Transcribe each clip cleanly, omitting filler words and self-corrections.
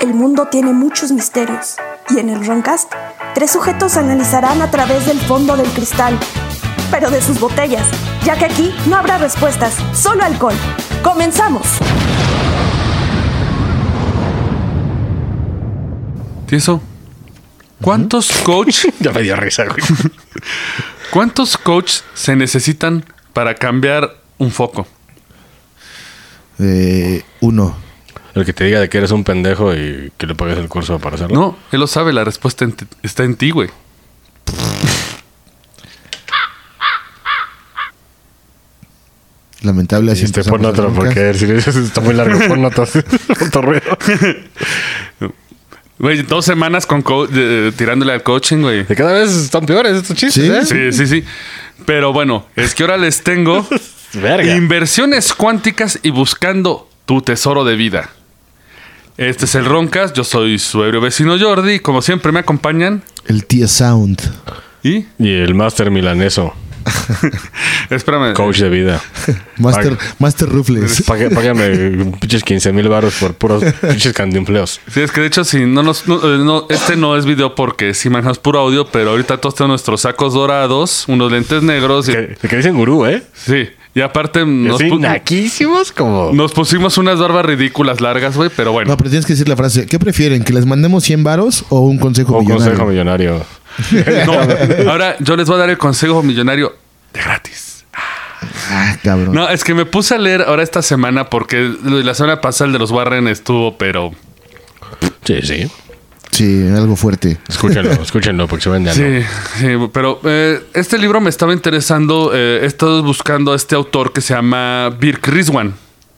El mundo tiene muchos misterios, y en el Roncast, 3 sujetos analizarán a través del fondo del cristal, pero de sus botellas, ya que aquí no habrá respuestas, solo alcohol. ¡Comenzamos! Tieso, ¿cuántos coach? Ya me dio risa, güey. ¿Cuántos coach se necesitan para cambiar un foco? 1. El que te diga de que eres un pendejo y que le pagues el curso para hacerlo. No, él lo sabe, la respuesta está en ti, güey. Lamentable así. Y pon otro porque si le dices está muy largo, pon otro. Otro ruido. Güey, 2 semanas con tirándole al coaching, güey. Y cada vez están peores estos chistes, ¿eh? Sí. Pero bueno, es que ahora les tengo Verga. inversiones cuánticas y buscando tu tesoro de vida. Este es el Roncast, yo soy su ebrio vecino Jordi, y como siempre me acompañan. El Tia Sound. ¿Y? Y el máster milaneso. Espérame. Coach de vida. Master Rufles. Págame pinches 15,000 baros por puros pinches cantinfleos. Sí, es que de hecho, si este no es video porque sí manejamos puro audio, pero ahorita todos tenemos nuestros sacos dorados, unos lentes negros. Que dicen gurú, ¿eh? Sí. Y aparte naquísimos como... nos pusimos unas barbas ridículas largas, güey, pero bueno. No, pero tienes que decir la frase. ¿Qué prefieren? ¿Que les mandemos 100 varos o un consejo millonario? Un consejo millonario. No, ahora yo les voy a dar el consejo millonario de gratis. Cabrón. No, es que me puse a leer ahora esta semana porque la semana pasada el de los Warren estuvo, pero... Sí. Sí, algo fuerte. Escúchenlo porque se vende algo. Sí, pero este libro me estaba interesando. He estado buscando a este autor que se llama Birk Rizwan.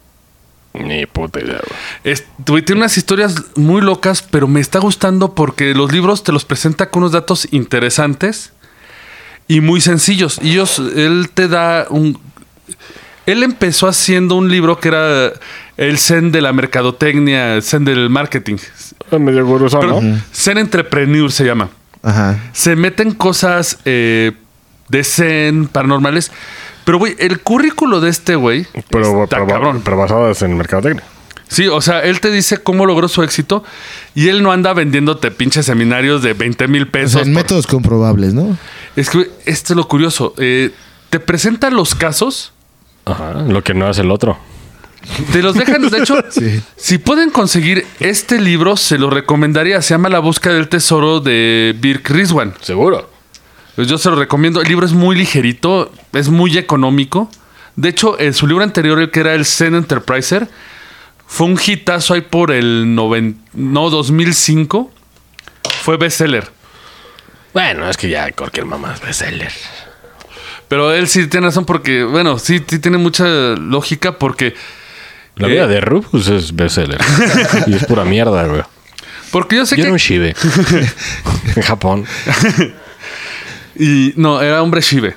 Ni puta idea, güey. Tiene unas historias muy locas, pero me está gustando porque los libros te los presenta con unos datos interesantes y muy sencillos. Y él te da un... Él empezó haciendo un libro que era el Zen de la mercadotecnia, el Zen del marketing. Medio guruso, ¿no? Zen Entrepreneur se llama. Ajá. Se meten cosas de Zen, paranormales. Pero, güey, el currículo de este güey pero cabrón. Pero basadas en mercadotecnia. Sí, o sea, él te dice cómo logró su éxito y él no anda vendiéndote pinches seminarios de 20,000 pesos. O sea, en métodos comprobables, ¿no? Es que, güey, esto es lo curioso. Te presentan los casos. Ajá, lo que no hace el otro. Te los dejan, de hecho, Sí. Si pueden conseguir este libro, se lo recomendaría. Se llama La búsqueda del tesoro de Birk Rizwan. Seguro. Pues yo se lo recomiendo. El libro es muy ligerito, es muy económico. De hecho, su libro anterior, el que era el Zen Enterpriser, fue un hitazo ahí por el 2005. Fue bestseller. Bueno, es que ya cualquier mamá es bestseller. Pero él sí tiene razón porque, bueno, sí tiene mucha lógica porque... La vida de Rufus es bestseller. Y es pura mierda, güey. Porque yo sé Yo que... era un shibe. En Japón. Y no, era hombre shibe.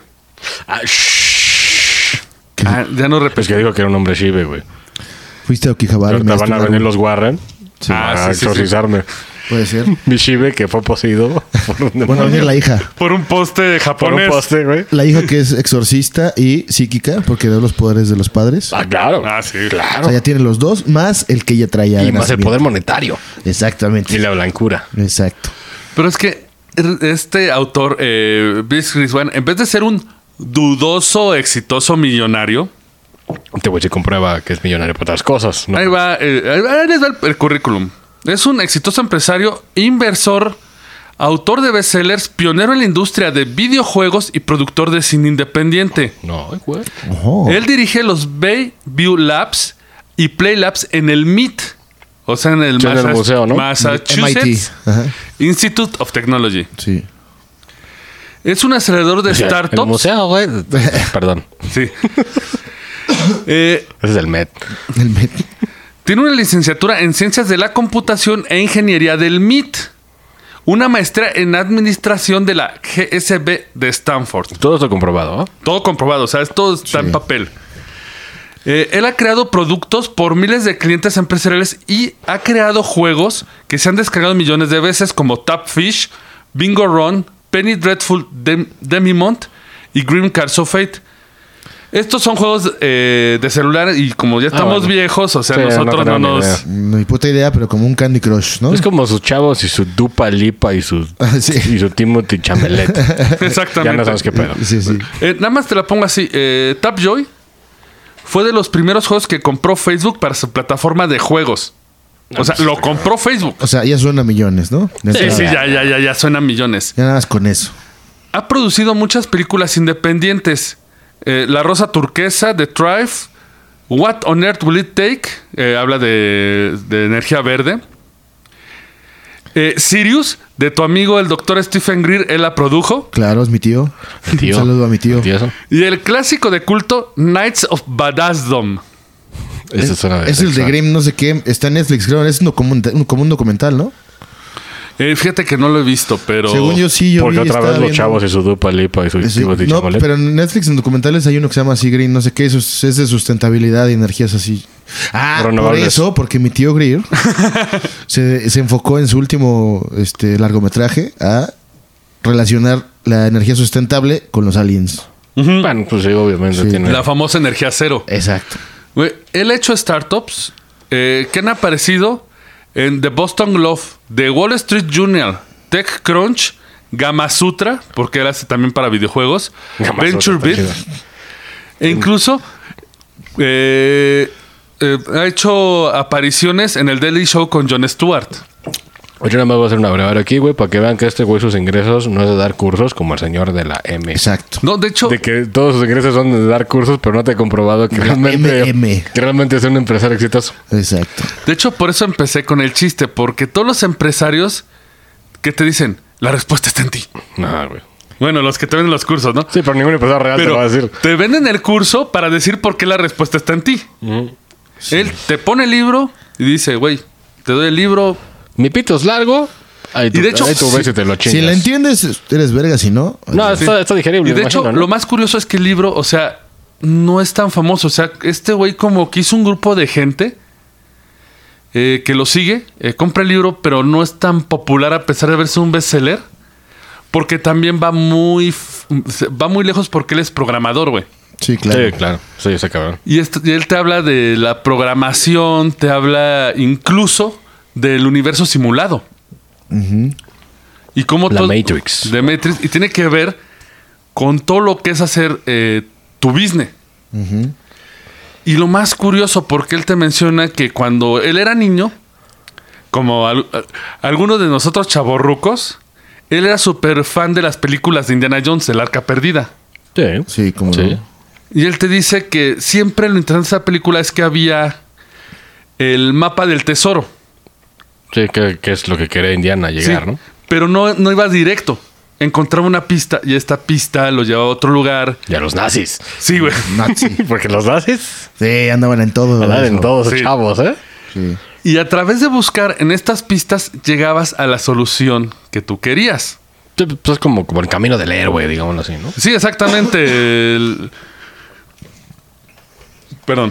Ya no Es repetí. que digo que era un hombre shibe, güey. Fuiste a Okihabara. Ahorita van a venir los Warren Sí. a Sí. exorcizarme. Puede ser. Mi shibe que fue poseído por un Bueno, demonio. venir la hija. Por un poste Por un japonés. poste, güey. La hija que es exorcista y psíquica, porque da los poderes de los padres. Ah, claro. Ah, sí. O Claro. sea, ya tiene los dos, más el que ella traía. Y de más el nacimiento. poder monetario. Exactamente. Y la blancura. Exacto. Pero es que este autor, Birk Rizwan, en vez de ser un dudoso, exitoso millonario, Este güey se comprueba que es millonario por otras cosas. ¿No? ahí les va el currículum. Es un exitoso empresario, inversor, autor de bestsellers, pionero en la industria de videojuegos y productor de cine independiente. No, güey. Ojo. Él dirige los Bayview Labs y Play Labs en el MIT, o sea, en el, Sí, en el museo, ¿no? Massachusetts MIT. Ajá. Institute of Technology. Sí. Es un acelerador de El startups. museo, güey. Perdón. Sí. Ese es el Met. El Met. Tiene una licenciatura en Ciencias de la Computación e Ingeniería del MIT. Una maestría en Administración de la GSB de Stanford. Todo esto comprobado, ¿no? Todo comprobado, o sea, todo está Sí. en papel. Él ha creado productos por miles de clientes empresariales y ha creado juegos que se han descargado millones de veces como Tap Fish, Bingo Run, Penny Dreadful Demimont y Grim Cards of Fate. Estos son juegos de celular y como ya estamos bueno. viejos, o sea, Sí, nosotros no no tengo ni idea. nos... Ni puta idea, pero como un Candy Crush, ¿no? Es como sus chavos y su Dupa Lipa y su, Sí. y su Timothy Chamelet. Exactamente. Ya no sabes qué pedo. Sí, sí. Nada más te la pongo así. Tapjoy fue de los primeros juegos que compró Facebook para su plataforma de juegos. O sea, lo compró Facebook. O sea, ya suena a millones, ¿no? Sí, sí, ya suenan millones. Ya nada más con eso. Ha producido muchas películas independientes. La Rosa Turquesa, The Tribe, What on Earth Will It Take, habla de energía verde. Sirius, de tu amigo el doctor Stephen Greer, él la produjo. Claro, es mi tío. Tío. Un saludo a mi tío. Eso. Y el clásico de culto, Knights of Badassdom. Eso suena Es el de sexual. Grimm, no sé qué. Está en Netflix, creo. Es como un documental, ¿no? Fíjate que no lo he visto, pero... Según yo sí, yo Porque vi, otra estaba vez los viendo. chavos y su Dupa Lipa y su Sí, Timothy no, Chamelet. pero en Netflix en documentales hay uno que se llama así Green, no sé qué, eso es de sustentabilidad y energías así. Ah, por Renovables. eso, porque mi tío Greer se enfocó en su último largometraje a relacionar la energía sustentable con los aliens. Bueno, pues sí, obviamente Sí. tiene... La famosa energía cero. Exacto. Güey, él ha hecho startups que han aparecido en The Boston Globe, The Wall Street Journal, TechCrunch, Gamasutra, porque él hace también para videojuegos, Gamasutra, VentureBeat, está chido. e incluso ha hecho apariciones en el Daily Show con Jon Stewart. Oye, nada más voy a hacer una breve aquí, güey, para que vean que este güey sus ingresos no es de dar cursos como el señor de la M. Exacto. No, de hecho, De que todos sus ingresos son de dar cursos, pero no te he comprobado que La realmente, MM. que realmente es un empresario exitoso. Exacto. por eso empecé con el chiste, porque todos los empresarios que te dicen, la respuesta está en ti. No, güey. Bueno, los que te venden los cursos, ¿no? Sí, pero ningún empresario real te lo Pero va a decir. te venden el curso para decir por qué la respuesta está en ti. Él te pone el libro y dice, güey, te doy el libro. Mi pito es largo. Ahí tú, Y de hecho, ahí tú ves y te lo chingas. Si la entiendes, eres verga, si no. No, está digerible. Y de me hecho, imagino, ¿no? lo más curioso es que el libro, o sea, no es tan famoso. O sea, este güey como que hizo un grupo de gente que lo sigue, compra el libro, pero no es tan popular a pesar de verse un bestseller. Porque también va muy lejos porque él es programador, güey. Sí, claro. Sí, claro. Sí, ese cabrón. Y él te habla de la programación, te habla incluso del universo simulado. Y cómo La todo- Matrix. De Matrix. Y tiene que ver con todo lo que es hacer tu business. Y lo más curioso, porque él te menciona que cuando él era niño, como algunos de nosotros chavorrucos, él era súper fan de las películas de Indiana Jones, El Arca Perdida. Sí. Sí, como Sí. no. Y él te dice que siempre lo interesante de esa película es que había el mapa del tesoro. Sí, que es lo que quería Indiana llegar, Sí, ¿no? pero no iba directo. Encontraba una pista y esta pista lo llevaba a otro lugar. Y a los nazis. Sí, güey. Nazi. Porque los nazis Sí, andaban en todo. andan en eso. todos Sí. chavos, ¿eh? Sí. Y a través de buscar en estas pistas llegabas a la solución que tú querías. Sí, pues es como el camino del héroe, digámoslo así, ¿no? Sí, exactamente. Perdón.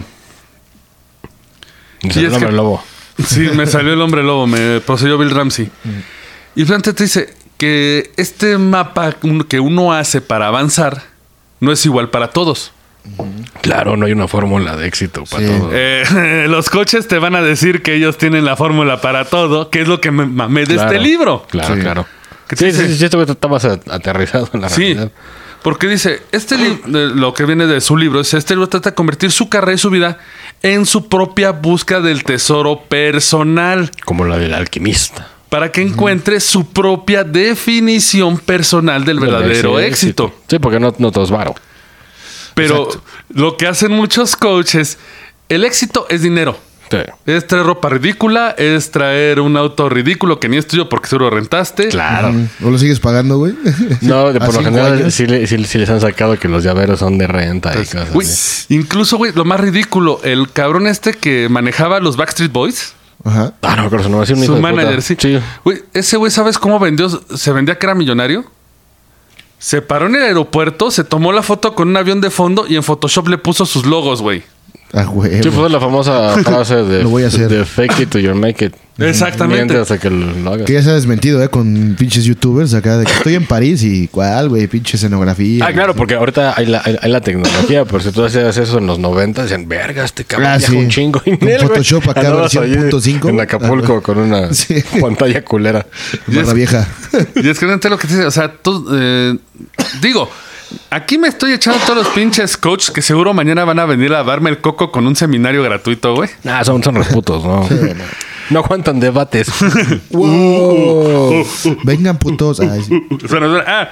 Y Sí, el es hombre que- lobo. Sí, me salió el hombre lobo, me poseyó Bill Ramsey. Y Plante te dice que este mapa que uno hace para avanzar no es igual para todos. Claro, no hay una fórmula de éxito para Sí. todo. Los coches te van a decir que ellos tienen la fórmula para todo, que es lo que me mamé de Claro, este libro. Claro, Sí. claro. ¿Qué te Sí, dice? sí, este güey está más aterrizado en la Sí, realidad. porque dice, lo que viene de su libro, es este libro trata de convertir su carrera y su vida en su propia búsqueda del tesoro personal, Como la del alquimista. para que encuentre su propia definición personal del verdadero Ese éxito. Sí, porque no todo es varo. Pero Exacto. lo que hacen muchos coaches, el éxito es dinero. Sí. Es traer ropa ridícula, es traer un auto ridículo que ni es tuyo porque seguro rentaste. Claro. ¿O lo sigues pagando, güey? No, por ¿A lo 5 general años? sí les han sacado que los llaveros son de renta y cosas Güey, así. incluso, güey, lo más ridículo, el cabrón este que manejaba los Backstreet Boys, Ajá. Ah, no, pero no, es un hijo su de manager, puta. sí. Güey, ese güey, ¿sabes cómo se vendía que era millonario? Se paró en el aeropuerto, se tomó la foto con un avión de fondo y en Photoshop le puso sus logos, güey. Ah, güey. Sí, pues es la famosa frase de, Lo voy a hacer. de fake it to your make it. Exactamente. Miente hasta que lo hagas. Que ya se ha desmentido, con pinches youtubers acá de que estoy en París y cuál, güey, pinche escenografía. Ah, claro, porque ahorita hay la tecnología, pero si tú hacías eso en los 90, decían, verga, este cabrón viaja un chingo. Y Con él, güey, Photoshop acá, andabas versión ahí .5. En Acapulco con una Sí. pantalla culera. Barra vieja. Y es que no lo que te dice, o sea, tú, digo, aquí me estoy echando todos los pinches coaches que seguro mañana van a venir a darme el coco con un seminario gratuito, güey. Nah, son los putos, ¿no? No aguantan debates. Wow. Vengan, putos. Ay, sí. Suena.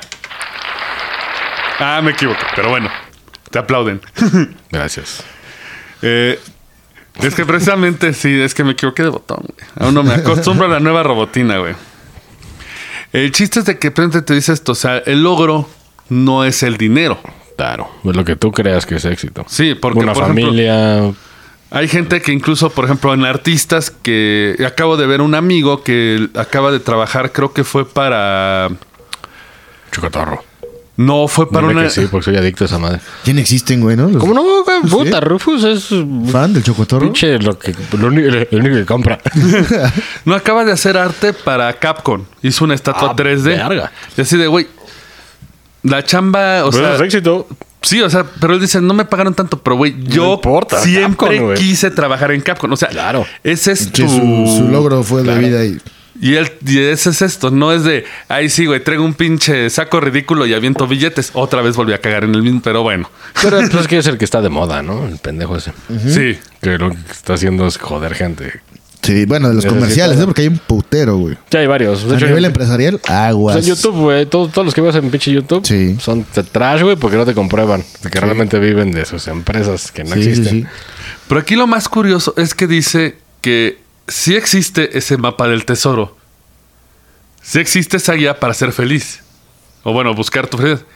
Me equivoqué, pero bueno, te aplauden. Gracias. Es que precisamente sí, es que me equivoqué de botón, güey. Aún no me acostumbro a la nueva robotina, güey. El chiste es de que frente te dice esto, o sea, el logro no es el dinero. Claro, es lo que tú creas que es éxito. Sí, porque Una por ejemplo, familia. hay gente que incluso, por ejemplo, en artistas que acabo de ver un amigo que acaba de trabajar, creo que fue para... Chocotorro. No, fue para Dime una... que sí, porque soy adicto a esa madre. Ya no existen, güey, ¿no? ¿Cómo no, güey? Puta, Rufus es ¿Fan del Chocotorro? pinche el único que compra. No, acaba de hacer arte para Capcom. Hizo una estatua 3D. verga. Y así de, güey, la chamba, o Pues sea... es éxito. Sí, o sea, pero él dice, no me pagaron tanto, pero güey, yo importa, siempre Capcom, güey. quise trabajar en Capcom. O sea, Claro. ese es Sí, tu... su logro fue de vida y... Y ese es esto, no es de, ay sí, güey, traigo un pinche saco ridículo y aviento billetes. Otra vez volví a cagar en el mismo, pero bueno. Pero pues es que es el que está de moda, ¿no? El pendejo ese. Sí. Que lo que está haciendo es joder gente. Sí, bueno, de los Necesita- comerciales, ¿eh? Porque hay un putero, güey. Ya hay varios. De A hecho, nivel empresarial, aguas. en YouTube, güey, todos los que ves en pinche YouTube Sí. son de trash, güey, porque no te comprueban. De que realmente viven de sus empresas que no Sí, existen. sí, sí. Pero aquí lo más curioso es que dice que sí existe ese mapa del tesoro. Sí existe esa guía para ser feliz. O bueno, buscar tu felicidad.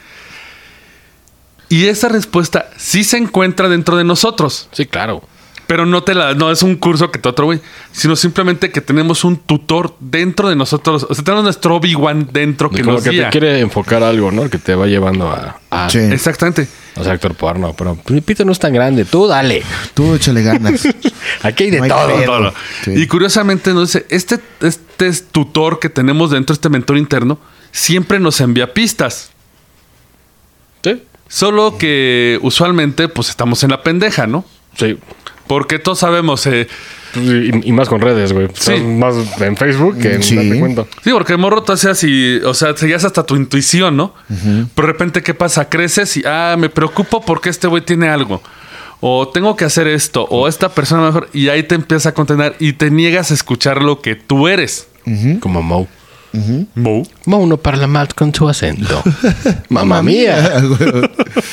Y esa respuesta sí se encuentra dentro de nosotros. Sí, claro. Pero no es un curso que te otro güey, sino simplemente que tenemos un tutor dentro de nosotros. O sea, tenemos nuestro Obi-Wan dentro que Como nos que guía. te quiere enfocar algo, ¿no? Que te va llevando a Sí. Exactamente. o sea, actor porno. Pero mi pito no es tan grande. Tú dale. Tú échale ganas. Aquí hay de No hay todo. pedo. Todo. Sí. Y curiosamente nos dice, este tutor que tenemos dentro, este mentor interno, siempre nos envía pistas. Sí. Solo que usualmente pues estamos en la pendeja, ¿no? Sí. Porque todos sabemos, Y más con redes, güey. Sí. Son más en Facebook que en Sí. Date Cuenta. sí, porque morro tú hacías y, o sea, seguías hasta tu intuición, ¿no? Pero de repente, ¿qué pasa? Creces y, me preocupo porque este güey tiene algo. O tengo que hacer esto, o esta persona mejor, y ahí te empieza a contener y te niegas a escuchar lo que tú eres. Como Mo. Mo. Mo no parla mal con su acento. Mamma mía. Ah, güey.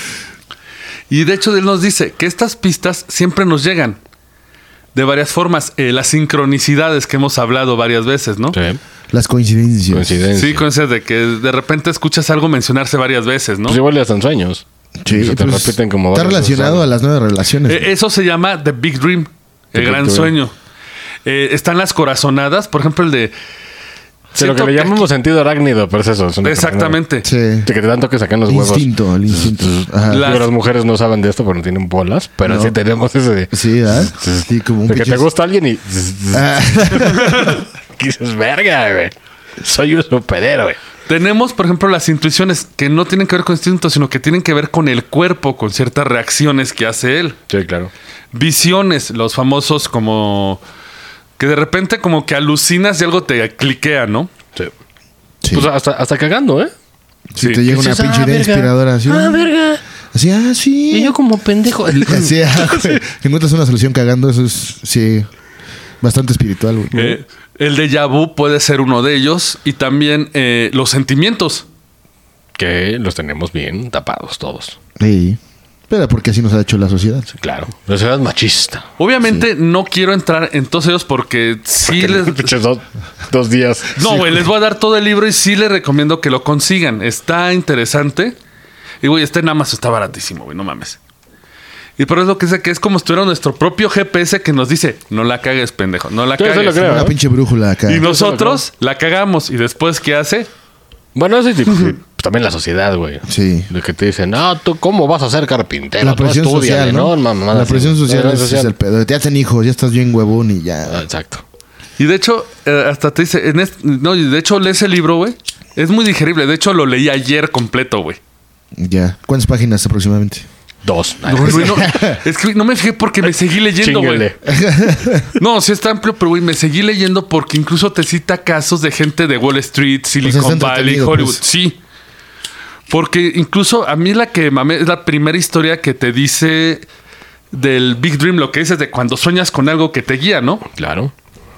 Y de hecho, él nos dice que estas pistas siempre nos llegan de varias formas. Las sincronicidades que hemos hablado varias veces, ¿no? Sí. Las coincidencias. Coincidencia. Sí, coincidencias de que de repente escuchas algo mencionarse varias veces, ¿no? Pues igual ya están sueños. Sí, Se te pues, repiten como está varias relacionado veces. a las 9 relaciones. Eso se llama The Big Dream, The el Big gran Dream. sueño. Están las corazonadas, por ejemplo, el de... Sí, lo que siento le que llamamos sentido arácnido, pero es eso. Es una Exactamente. Sí. De que te dan toques acá en los huevos. El instinto. Ajá. La- Digo, las mujeres no saben de esto porque no tienen bolas, pero No. sí tenemos ese de, Sí, ¿verdad? Sí, como un de que te pinche- gusta alguien y Ah, que dices, verga, güey. Soy un superhéroe. Tenemos, por ejemplo, las intuiciones que no tienen que ver con instintos, sino que tienen que ver con el cuerpo, con ciertas reacciones que hace él. Sí, claro. Visiones, los famosos como... Que de repente como que alucinas y algo te cliquea, ¿no? Sí. sí. Pues hasta cagando, ¿eh? Si Sí. te llega una Dices, pinche idea verga. inspiradora así. verga. Así, sí. Y yo como pendejo. Así, güey. Encuentras una solución cagando, eso es, sí, bastante espiritual, güey. El déjà vu puede ser uno de ellos y también los sentimientos. Que los tenemos bien tapados todos. Sí. Pero porque así nos ha hecho la sociedad. Sí, claro. La sociedad machista. Obviamente no quiero entrar en todos ellos porque sí les... Pinches dos días. No, güey, les voy a dar todo el libro y sí les recomiendo que lo consigan. Está interesante. Y, güey, está en Amazon, está baratísimo, güey, no mames. Y por eso que dice que es como si tuviera nuestro propio GPS que nos dice, no la cagues, pendejo, no la Sí, eso lo cagues. creo. Una pinche brújula acá. Y nosotros la cagamos. Y después, ¿qué hace? Bueno, sí, tipo, sí, también la sociedad, güey. Sí. De que te dicen, no, tú, ¿cómo vas a ser carpintero? La Tú presión estúdiale, social, ¿no? Mamada, La presión sí. social es el pedo. Ya hacen hijos, ya estás bien huevón y Ah, ya. exacto. Y de hecho, hasta te dice, no, y de hecho lees el libro, güey. Es muy digerible. De hecho, lo leí ayer completo, güey. Ya. ¿Cuántas páginas aproximadamente? 2. No, güey, no, es que no me fijé porque me seguí leyendo, güey. Chíngale. No, sí está amplio, pero güey, me seguí leyendo porque incluso te cita casos de gente de Wall Street, Silicon está Valley, entretenido, Hollywood. pues. Sí. Porque incluso a mí la que mamé es la primera historia que te dice del Big Dream, lo que dices de cuando sueñas con algo que te guía, ¿no? Claro.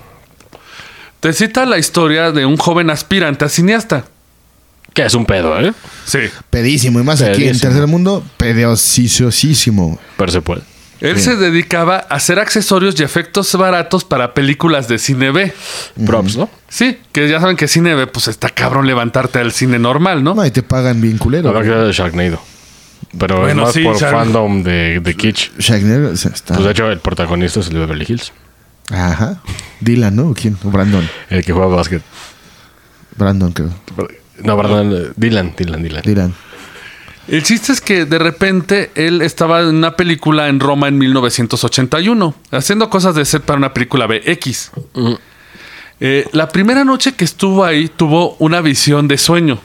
Te cita la historia de un joven aspirante a cineasta. Que es un pedo, ¿eh? Sí. Pedísimo. Y más aquí en Pedísimo. Tercer Mundo, pedosísimo. Pero se puede. Él Sí. se dedicaba a hacer accesorios y efectos baratos para películas de cine B. Props, ¿no? Sí, que ya saben que cine B, pues está cabrón levantarte al cine normal, ¿no? No, y te pagan bien culero. Habrá que güey. ser de Sharknado. Pero Bueno, es más sí, por Shark- fandom de Kitsch. Shagner o sea, está. Pues de hecho, el protagonista es el de Beverly Hills. Ajá. Dylan, ¿no? ¿O quién? O Brandon. El que juega básquet. Brandon, creo. No, perdón, Dylan. Dylan. El chiste es que de repente él estaba en una película en Roma en 1981, haciendo cosas de set para una película BX. La primera noche que estuvo ahí tuvo una visión de sueño.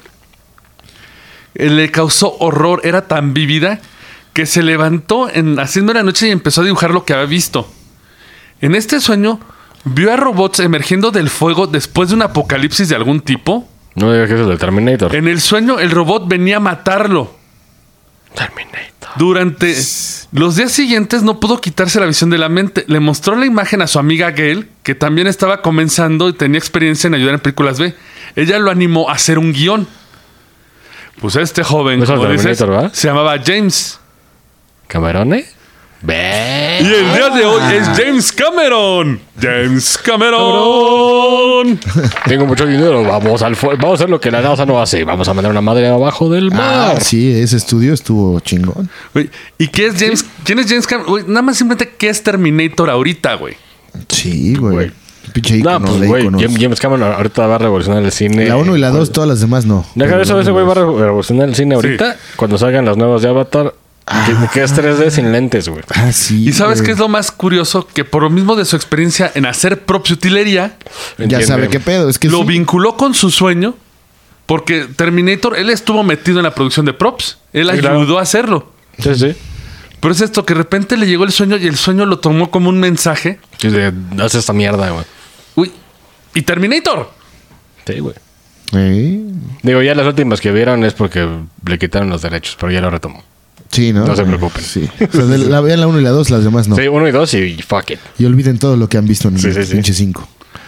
Le causó horror, era tan vívida que se levantó haciendo la noche y empezó a dibujar lo que había visto. En este sueño vio a robots emergiendo del fuego después de un apocalipsis de algún tipo. No me digas que es el de Terminator. En el sueño el robot venía a matarlo. Terminator. Durante los días siguientes no pudo quitarse la visión de la mente. Le mostró la imagen a su amiga Gail, que también estaba comenzando y tenía experiencia en ayudar en películas B. Ella lo animó a hacer un guión. Pues este joven, ¿No es el como dices, Terminator, verdad? se llamaba James. ¿Camarone? Y el día de hoy es James Cameron. James Cameron. Tengo mucho dinero. Vamos a hacer lo que la NASA no hace. Vamos a mandar una madre abajo del mar. Ah, sí, ese estudio estuvo chingón. Güey, ¿y qué es James? ¿Quién es James Cameron? Güey, nada más simplemente qué es Terminator ahorita, güey. Sí, güey. Güey. Pinche No, ícono pues, de güey, íconos. James Cameron ahorita va a revolucionar el cine. La 1 y la 2, todas las demás no. Deja de eso, ese güey va a revolucionar el cine Sí. ahorita. Cuando salgan las nuevas de Avatar. Que es 3D sin lentes, güey. Ah, sí. ¿Y sabes güey. qué es lo más curioso? Que por lo mismo de su experiencia en hacer props y utilería, Ya Entiende. sabe qué pedo. Es que lo sí. vinculó con su sueño. Porque Terminator, él estuvo metido en la producción de props. Él Sí, ayudó claro. a hacerlo. Sí, sí. Pero es esto, que de repente le llegó el sueño y el sueño lo tomó como un mensaje. Sí, hace esta mierda, güey. Uy, ¿y Terminator? Sí, güey. ¿Eh? Digo, ya las últimas que vieron es porque le quitaron los derechos, pero ya lo retomó. Sí, ¿no? No se preocupen. Sí. O sea, vean la 1 y la 2, las demás no. Sí, 1 y 2 y fuck it. Y olviden todo lo que han visto en Sí, el sí, sí. pinche 5.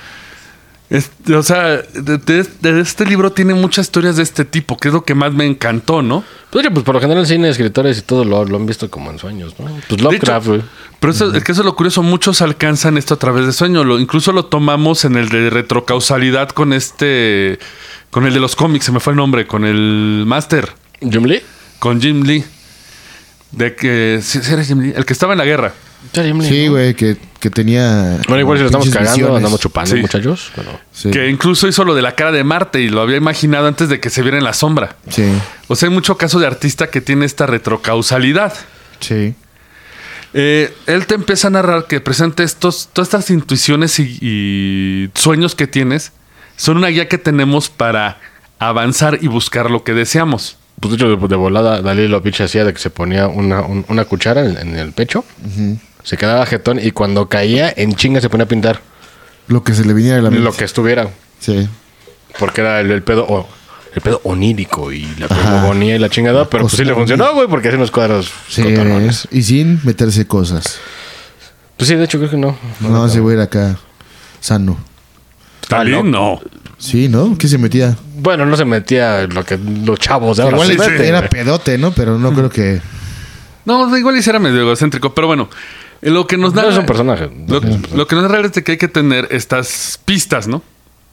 O sea, de este libro tiene muchas historias de este tipo, que es lo que más me encantó, ¿no? Pues, oye, pues por lo general el cine, escritores y todo lo han visto como en sueños, ¿no? Pues Lovecraft, güey. Pero eso, es que eso es lo curioso, muchos alcanzan esto a través de sueño. Incluso lo tomamos en el de retrocausalidad con el de los cómics, se me fue el nombre, con el Master, ¿Jim Lee? con Jim Lee. De que, sí, era Jim Lee, el que estaba en la guerra. Sí, güey, que tenía. Bueno, igual si lo estamos pinches cagando, visiones. andamos chupando, Sí. muchachos. Bueno, Sí. Que incluso hizo lo de la cara de Marte y lo había imaginado antes de que se viera en la sombra. Sí, O sea, hay mucho caso de artista que tiene esta retrocausalidad. sí. Él te empieza a narrar que presente todas estas intuiciones y sueños que tienes son una guía que tenemos para avanzar y buscar lo que deseamos. pues de hecho, de volada, Dalí lo pinche hacía de que se ponía una cuchara en el pecho, se quedaba jetón y cuando caía, en chinga se ponía a pintar Lo que se le viniera a la mente. lo que estuviera. Sí. Porque era el pedo onírico y la cosmogonía y la chingada, pero pues sí le Cosmogonía. funcionó, güey, porque hacía unos cuadros Sí, cotorrones. y sin meterse cosas. Pues sí, de hecho creo que no. No, se voy a ir acá sano. También no. Sí, ¿no? ¿Qué se metía? Bueno, no se metía lo que los chavos de ahora Igual se meten, era güey. pedote, ¿no? Pero no creo que... No, igual era medio egocéntrico, pero bueno. Lo que nos No da. es un personaje. Lo que nos narra es de que hay que tener estas pistas, ¿no?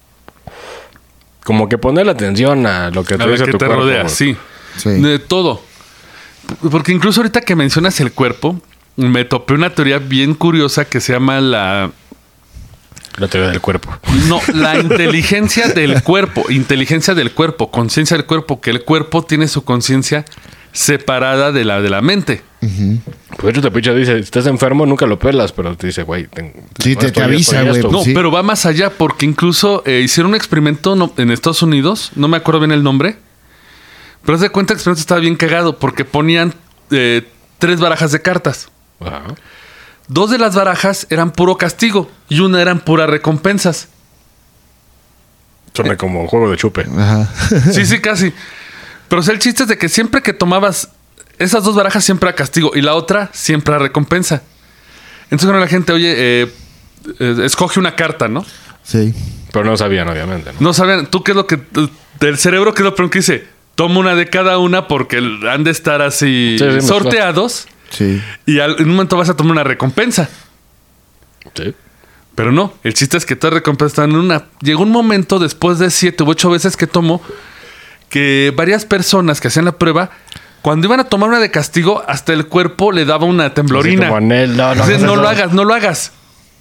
Como que ponerle atención a lo que A te ver dice qué tu te cuerpo, rodea, güey. sí. Sí. De todo. Porque incluso ahorita que mencionas el cuerpo, me topé una teoría bien curiosa que se llama la La teoría del cuerpo. No, la inteligencia del cuerpo, conciencia del cuerpo, que el cuerpo tiene su conciencia separada de la mente. Pues de hecho, te picha dice, si estás enfermo, nunca lo pelas, pero te dice, güey... Sí, te avisa, güey. No, Sí. pero va más allá, porque incluso hicieron un experimento en Estados Unidos, no me acuerdo bien el nombre, pero haz de cuenta que el experimento estaba bien cagado, porque ponían 3 barajas de cartas. Ajá. 2 de las barajas eran puro castigo y una eran pura recompensas. Suena como un juego de chupe. Ajá. Sí, casi. Pero o sea, el chiste es de que siempre que tomabas esas 2 barajas siempre era castigo y la otra siempre era recompensa. Entonces cuando la gente, oye, escoge una carta, ¿no? Sí. Pero no sabían, obviamente, ¿no? No sabían, ¿tú qué es lo que... del cerebro, qué es lo primero que dice? Toma una de cada una porque han de estar así Sí, sorteados Sí. y en un momento vas a tomar una recompensa. Sí. Pero no, el chiste es que todas las recompensas están en una. Llegó un momento después de 7 u 8 veces que tomó que varias personas que hacían la prueba, cuando iban a tomar una de castigo, hasta el cuerpo le daba una temblorina. Así como Anel, No lo hagas.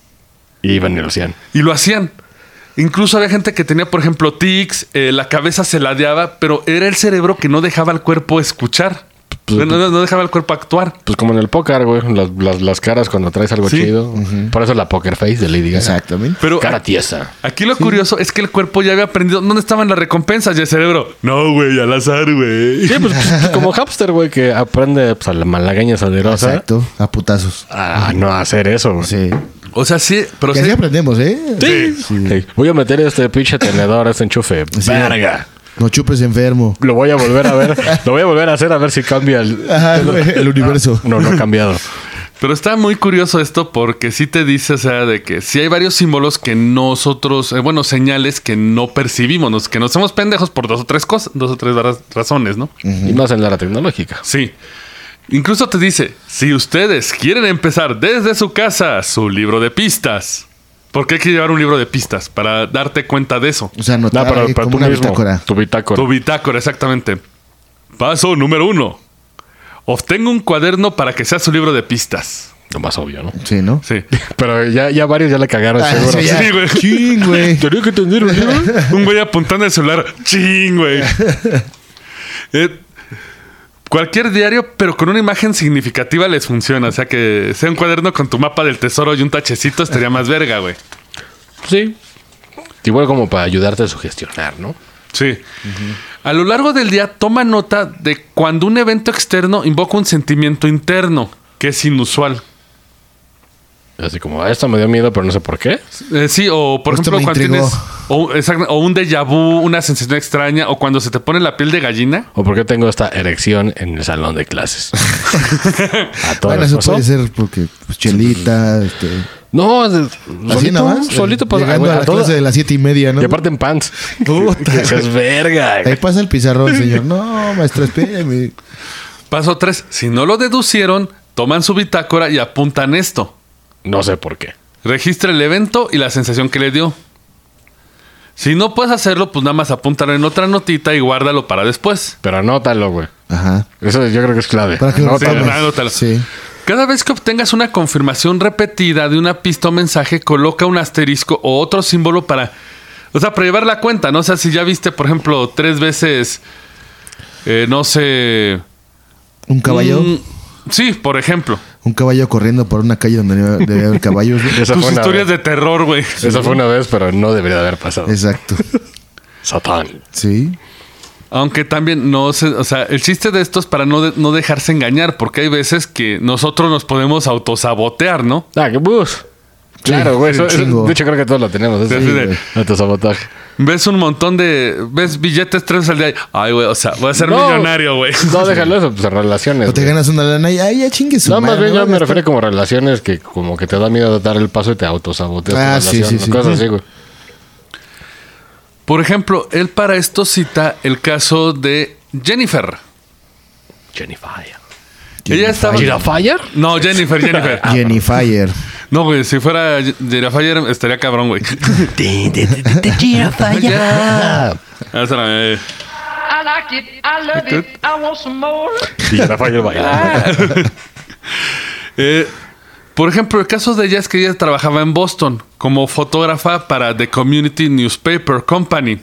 Y iban y lo hacían. Y lo hacían. Incluso había gente que tenía, por ejemplo, tics, la cabeza se ladeaba, pero era el cerebro que no dejaba al cuerpo escuchar. No dejaba al cuerpo actuar. Pues como en el póker, güey. Las caras cuando traes algo Sí. chido. Por eso la poker face de Lady Gaga. Exactamente. Pero Cara tiesa. aquí lo curioso es que el cuerpo ya había aprendido dónde estaban las recompensas y el cerebro. No, güey, al azar, güey. Sí, pues como hamster, güey, que aprende pues, a la malagueña saderosa Exacto. A putazos. a no hacer eso, güey. Sí. O sea, sí, pero Que sí. así aprendemos, ¿eh? Sí. Sí. Voy a meter este pinche tenedor, este enchufe. Sí. Verga. No chupes enfermo. Lo voy a volver a ver. Lo voy a volver a hacer a ver si cambia el... Ajá, güey, el universo. No ha cambiado. Pero está muy curioso esto porque sí te dice, o sea, de que sí hay varios símbolos que nosotros, señales que no percibimos, que nos hacemos pendejos por 2 o 3 cosas, 2 o 3 razones, ¿no? Y más en la era tecnológica. Sí. Incluso te dice, si ustedes quieren empezar desde su casa su libro de pistas, ¿por qué hay que llevar un libro de pistas? Para darte cuenta de eso. O sea, No, notar pero como tú una mismo. bitácora. Tu bitácora. Tu bitácora, exactamente. Paso número 1. Obtenga un cuaderno para que sea su libro de pistas. Lo más obvio, ¿no? Sí, ¿no? Sí. Pero ya varios ya le cagaron, Ah, seguro. sí, ya. Sí, güey. Ching, güey. Tenía que tener un libro. Un güey apuntando el celular. ¡Ching, güey! Cualquier diario, pero con una imagen significativa les funciona. O sea, que sea un cuaderno con tu mapa del tesoro y un tachecito estaría más verga, güey. Sí. Igual como para ayudarte a sugestionar, ¿no? Sí. A lo largo del día, toma nota de cuando un evento externo invoca un sentimiento interno, que es inusual. Así como, esto me dio miedo, pero no sé por qué. Sí, o por Esto ejemplo, me cuando intrigó. tienes o un déjà vu, una sensación extraña, o cuando se te pone la piel de gallina. O por qué tengo esta erección en el salón de clases. A todos Bueno, les eso pasó. puede ser porque pues, chelita, No, así nada más. solito pasa. Llegando Güey, a la todo- clase de las 7:30, ¿no? Y aparte en pants. Puta. Eso es verga. Ahí pasa el pizarrón, señor. No, maestro, espérame. Paso 3. Si no lo deducieron, toman su bitácora y apuntan esto. No sé por qué. Registra el evento y la sensación que le dio. Si no puedes hacerlo, pues nada más apúntalo en otra notita y guárdalo para después. Pero anótalo, güey. Ajá. Eso yo creo que es clave. Para que lo Sí, tomes. anótalo. Sí. Cada vez que obtengas una confirmación repetida de una pista o mensaje, coloca un asterisco o otro símbolo para llevar la cuenta, ¿no? O sea, si ya viste, por ejemplo, 3 veces, no sé... Un caballo. Sí, por ejemplo. Un caballo corriendo por una calle donde debe haber caballos. ¿no? Esa Tus fue una historias vez. de terror, güey. Esa fue una vez, pero no debería de haber pasado. Exacto. Satán. Sí. Aunque también no sé, o sea, el chiste de esto es para no dejarse engañar, porque hay veces que nosotros nos podemos autosabotear, ¿no? Ah, qué bus. Claro, güey. sí, eso- chingo. de hecho, creo que todos lo tenemos. Sí, Ese güey. autosabotaje. Ves un montón ves billetes 3 al día. Ay, güey, o sea, voy a ser No. millonario, güey. No, déjalo eso, pues en relaciones. O te güey. ganas una lana y ay, ya chingue su No, más madre, bien yo me ¿no? refiero como relaciones que como que te da miedo dar el paso y te autosaboteas tu Ah, sí, relación. sí, sí. Cosas así, güey. Por ejemplo, él para esto cita el caso de Jennifer. Jennifer. Ella estaba... ¿Girafire? No, Jennifer. Jenny Fire. No, güey, si fuera Jennifer estaría cabrón, güey. Girafire. Ah, espérame, I like it, I love it, I want some more. Girafire baila. Por ejemplo, el caso de ella es que ella trabajaba en Boston como fotógrafa para The Community Newspaper Company.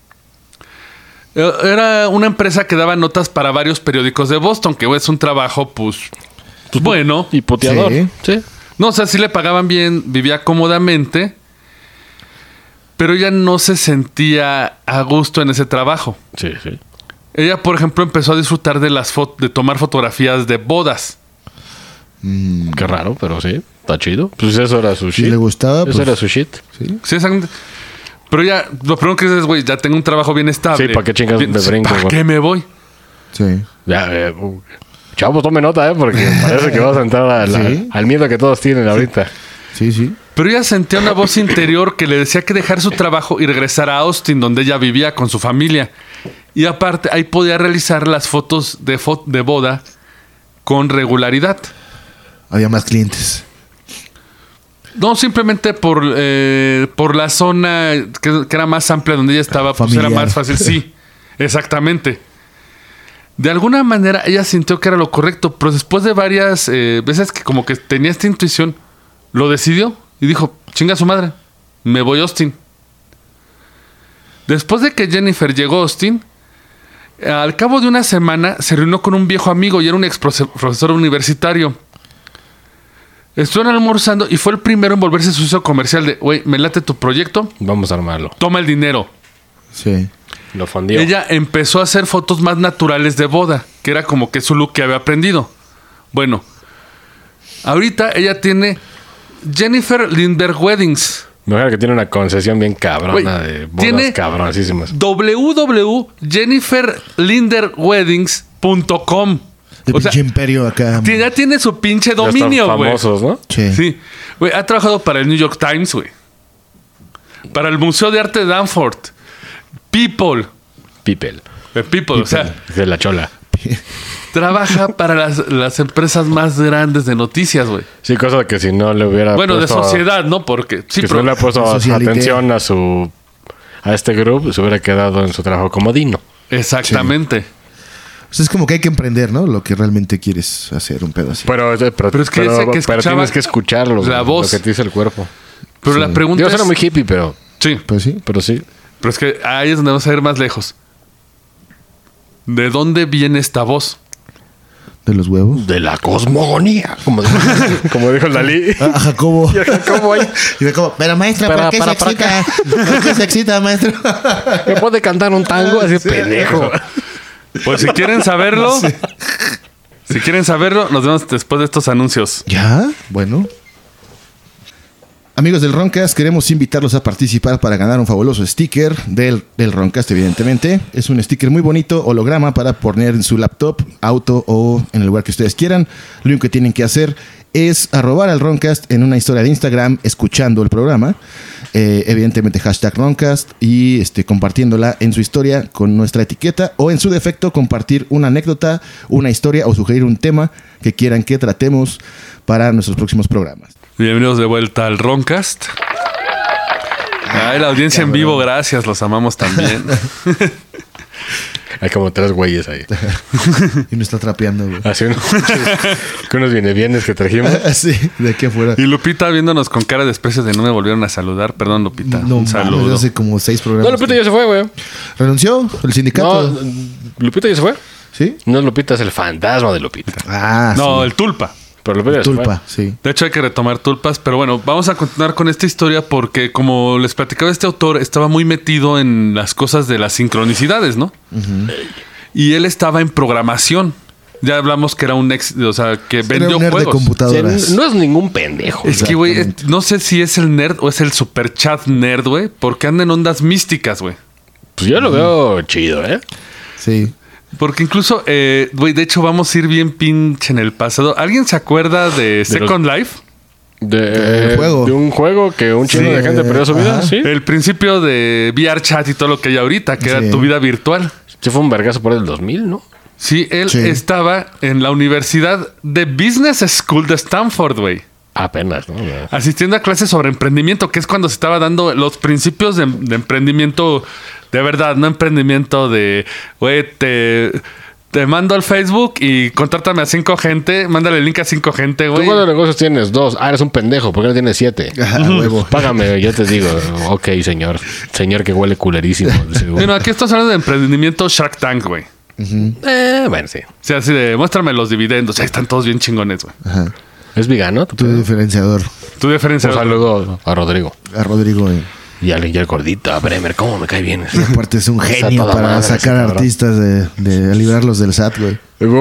Era una empresa que daba notas para varios periódicos de Boston, que es un trabajo, pues bueno. Y poteador. Sí. No, o sea, sí le pagaban bien, vivía cómodamente, pero ella no se sentía a gusto en ese trabajo. Sí, sí. Ella, por ejemplo, empezó a disfrutar de tomar fotografías de bodas. Qué raro, pero sí. Está chido. Pues eso era su shit. Si le gustaba, Eso pues, era su shit. sí. Sí, exactamente. Pero ya, lo primero que dices es, güey, ya tengo un trabajo bien estable. Sí, ¿para qué chingas me brinco, ¿Para güey? qué me voy? Sí. Ya, chavos, tome nota, porque parece que vas a entrar Sí. al miedo que todos tienen ahorita. Sí, sí. Pero ella sentía una voz interior que le decía que dejar su trabajo y regresar a Austin, donde ella vivía con su familia. Y aparte, ahí podía realizar las fotos de boda con regularidad. Había más clientes. No, simplemente por la zona que era más amplia donde ella estaba, pues era Familiar. más fácil. Sí, exactamente. De alguna manera ella sintió que era lo correcto, pero después de varias veces que como que tenía esta intuición, lo decidió y dijo, chinga su madre, me voy a Austin. Después de que Jennifer llegó a Austin, al cabo de una semana se reunió con un viejo amigo y era un ex profesor universitario. Estuvieron almorzando y fue el primero en volverse socio comercial de, güey, me late tu proyecto, Vamos a armarlo. toma el dinero. Sí. Lo fundió. Ella empezó a hacer fotos más naturales de boda, que era como que su look que había aprendido. Bueno, ahorita ella tiene Jennifer Lindbergh Weddings. Mujer que tiene una concesión bien cabrona Güey, de bodas tiene cabroncísimas. www.jenniferlinderweddings.com. De O sea, pinche imperio acá. ya tiene su pinche Ya están dominio, güey. famosos, ¿no? Sí. Sí. Güey, ha trabajado para el New York Times, güey. Para el Museo de Arte de Danforth. People. People. People, o sea, De la chola. trabaja para las empresas más grandes de noticias, güey. Sí, cosa que si no le hubiera Bueno, de puesto- sociedad, ¿no? Porque sí, que si pero no le ha puesto Socialité. atención a este grupo, se hubiera quedado en su trabajo como Dino. exactamente. O sea, es como que hay que emprender, ¿no? Lo que realmente quieres hacer, un pedo así. Pero es que que escuchaba tienes que escucharlo. la güey, voz. Lo que te dice el cuerpo. Pero la pregunta Yo es... era muy hippie, pero Sí, Pues sí. sí. pero es que ahí es donde vamos a ir más lejos. ¿De dónde viene esta voz? De los huevos. De la cosmogonía. Como dijo el Dalí. A Jacobo. ¿Cómo hay? Y ve como, pero maestra, Para- ¿por qué para- se excita? ¿Por qué se excita, maestro? ¿Me puede cantar un tango? Así pendejo. Pues si quieren saberlo... Si quieren saberlo, nos vemos después de estos anuncios. ¿Ya? Bueno. Amigos del Roncast, queremos invitarlos a participar para ganar un fabuloso sticker del Roncast, evidentemente. Es un sticker muy bonito, holograma, para poner en su laptop, auto o en el lugar que ustedes quieran. Lo único que tienen que hacer es arrobar al Roncast en una historia de Instagram escuchando el programa. Evidentemente hashtag Roncast y compartiéndola en su historia con nuestra etiqueta, o en su defecto compartir una anécdota, una historia o sugerir un tema que quieran que tratemos para nuestros próximos programas. Bienvenidos de vuelta al Roncast. Ay, la audiencia en vivo, gracias, los amamos también. Hay como 3 güeyes ahí. Y me está trapeando, güey. Así con unos bienes que trajimos. Sí, de aquí afuera. Y Lupita viéndonos con cara de desprecio de no me volvieron a saludar. Perdón, Lupita. No un mames, saludo. hace como 6 No, programas. Lupita ya se fue, güey. ¿Renunció el sindicato? No, Lupita ya se fue. ¿Sí? No es Lupita, es el fantasma de Lupita. Ah, No, sí. el Tulpa. Pero Lupita ya se Tulpa, fue. sí. De hecho, hay que retomar tulpas, pero bueno, vamos a continuar con esta historia porque, como les platicaba, este autor estaba muy metido en las cosas de las sincronicidades, ¿no? Y él estaba en programación. Ya hablamos que era un o sea, que Era vendió un nerd de juegos. computadoras. Sí, no es ningún pendejo. Es que, güey, Exactamente. no sé si es el nerd o es el super chat nerd, güey, porque anda en ondas místicas, güey. Pues yo lo veo chido, ¿eh? Sí. Porque incluso, güey, de hecho vamos a ir bien pinche en el pasado. ¿Alguien se acuerda de Second Life? De juego. de un juego que un chingo Sí, de gente perdió su vida, ajá. ¿sí? El principio de VR chat y todo lo que hay ahorita, que Sí. era tu vida virtual. Sí fue un vergazo por el 2000, ¿no? Sí, él Sí. estaba en la Universidad de Business School de Stanford, güey. Apenas, ¿no? Asistiendo a clases sobre emprendimiento, que es cuando se estaba dando los principios de emprendimiento de verdad, no emprendimiento de, güey, te mando al Facebook y contrátame a 5 gente. Mándale el link a 5 gente, ¿Tú güey. cuántos negocios tienes? 2. Ah, eres un pendejo. ¿Por qué no tienes 7? Ajá, huevo. Págame, yo te digo. Ok, señor. Señor que huele culerísimo. de seguro. Bueno, aquí estamos hablando de emprendimiento Shark Tank, güey. Bueno, sí. O sea, así de, muéstrame los dividendos. Ahí están todos bien chingones, güey. Ajá. ¿Es vegano? Tu diferenciador. Tu diferencia. Un saludo a Rodrigo. A Rodrigo. Y al gordito, a Bremer. ¿Cómo me cae bien? Y aparte es un Está genio toda para madre ese sacar cabrón. artistas de librarlos del SAT, güey.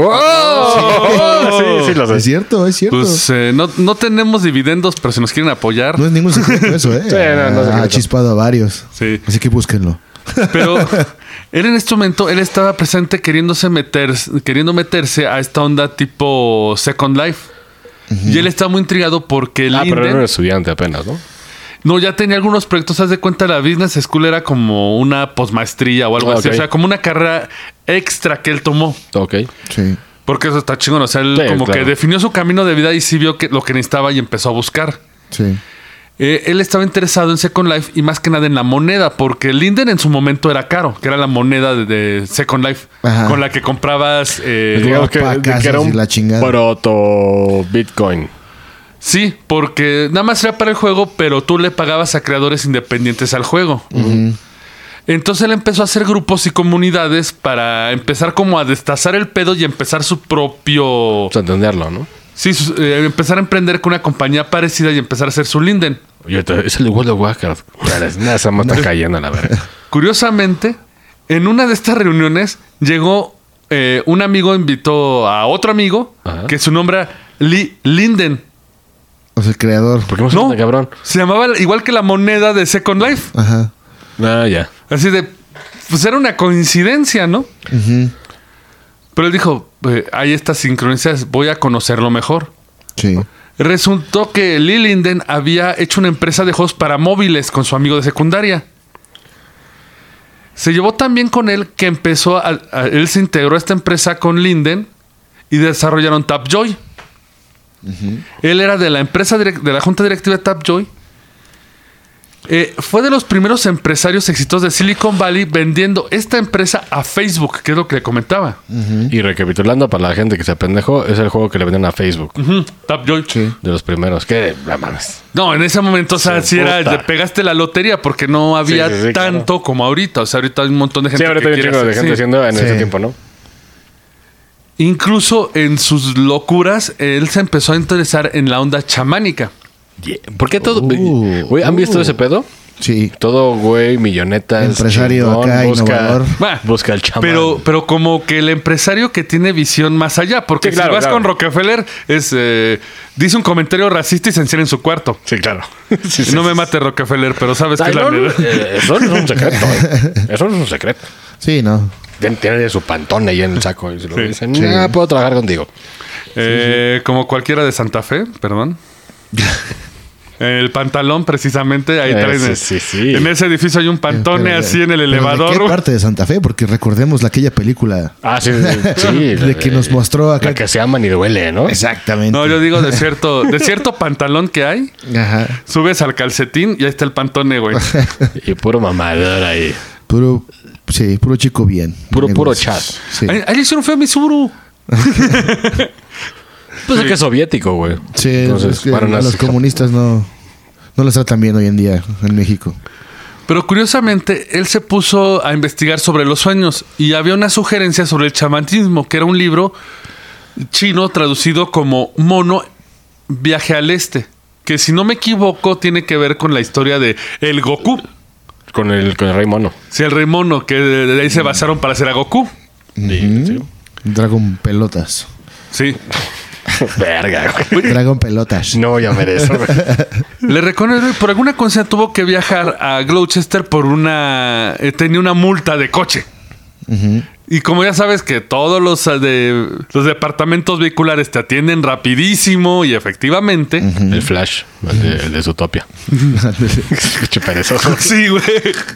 ¡Oh! Sí, lo sé. Es cierto, es cierto. Pues no tenemos dividendos, pero si nos quieren apoyar. No es ningún secreto eso, ¿eh? Sí, no es secreto. Ha chispado a varios. Sí. Así que búsquenlo. Pero él en este momento, él estaba presente queriendo meterse a esta onda tipo Second Life. Y él estaba muy intrigado porque Pero Linden... era un estudiante apenas, ¿no? No, ya tenía algunos proyectos. Haz de cuenta, la Business School era como una posmaestría o algo así. Ok. O sea, como una carrera extra que él tomó. Ok. Sí. Porque eso está chingón. O sea, él Sí, como claro. que definió su camino de vida y sí vio que lo que necesitaba y empezó a buscar. Sí. Él estaba interesado en Second Life y más que nada en la moneda, porque Linden en su momento era caro, que era la moneda de Second Life, Ajá. con la que comprabas... Digamos que casas era y un la chingada. proto Bitcoin. Sí, porque nada más era para el juego, pero tú le pagabas a creadores independientes al juego. Entonces él empezó a hacer grupos y comunidades para empezar como a destazar el pedo y empezar su propio... O sea, entenderlo, ¿no? Sí, empezar a emprender con una compañía parecida y empezar a hacer su Linden. Oye, es el de World of Warcraft. Nada, esa me está cayendo a la verga. Curiosamente, en una de estas reuniones llegó un amigo, invitó a otro amigo, Ajá. que su nombre era Linden. O sea, el creador. ¿Por qué me No, suena cabrón? se llamaba igual que la moneda de Second Life. Ajá. Ah, ya. Así de, pues era una coincidencia, ¿no? Pero él dijo, hay estas sincronías, voy a conocerlo mejor. Sí. Resultó que Lee Linden había hecho una empresa de juegos para móviles con su amigo de secundaria. Se llevó tan bien con él que empezó él se integró a esta empresa con Linden y desarrollaron Tapjoy. Él era de la empresa de la junta directiva de Tapjoy. Fue de los primeros empresarios exitosos de Silicon Valley vendiendo esta empresa a Facebook, que es lo que le comentaba. Y recapitulando para la gente que se pendejó, es el juego que le vendieron a Facebook. Tapjoy. De los primeros. ¿Qué? La mames. No, en ese momento, o sea, Sí, sí era, puta. le pegaste la lotería porque no había Sí, sí, sí, tanto claro. como ahorita. O sea, ahorita hay un montón de gente Sí, ahorita que hay un quiere chingo de hacer- gente sí. haciendo en Sí. ese tiempo, ¿no? Incluso en sus locuras, él se empezó a interesar en la onda chamánica. ¿Por qué todo? Güey, ¿han visto ese pedo? Sí. Todo, güey, millonetas. Empresario acá, innovador. Bah, Busca el chamán. Pero como que el empresario que tiene visión más allá, porque Sí, claro, si vas claro. con Rockefeller, dice un comentario racista y se encierra en su cuarto. Sí, claro. Sí, sí, No me sí. mate Rockefeller, pero sabes que Ay, es la no, verdad. eso no es un secreto. Eso no es un secreto. Sí, no. Tiene su pantón ahí en el saco. Y se lo Sí. dicen, "Nah, puedo trabajar contigo. Como cualquiera de Santa Fe, perdón. El pantalón, precisamente, ahí traen. Sí. En ese edificio hay un pantone Pero, así en el pero elevador. ¿de qué güey. parte de Santa Fe? Porque recordemos aquella película Ah, sí. de que nos mostró acá. La que se aman y duele, ¿no? Exactamente. No, yo digo de cierto pantalón que hay, Ajá. subes al calcetín y ahí está el pantone, güey. Y puro mamador ahí. Puro chico bien. Puro Negocios. chat. Sí. Ahí le hicieron feo a mi Subaru. Pues es que es soviético, güey. Sí, Entonces, es que para los comunistas no los tratan bien hoy en día en México. Pero curiosamente, él se puso a investigar sobre los sueños y había una sugerencia sobre el chamanismo, que era un libro chino traducido como Mono Viaje al Este, que si no me equivoco tiene que ver con la historia de el Goku. Con el Rey Mono. Sí, el Rey Mono, que de ahí se basaron para hacer a Goku. Sí. Dragon Pelotas. Sí. Verga, güey. Dragon Pelotas. No voy a ver eso, güey. Le recuerdo, por alguna cosa tuvo que viajar a Gloucester por tenía una multa de coche. Y como ya sabes que todos los departamentos vehiculares te atienden rapidísimo y efectivamente. El Flash, el de Zootopia. Qué perezoso. Sí, güey.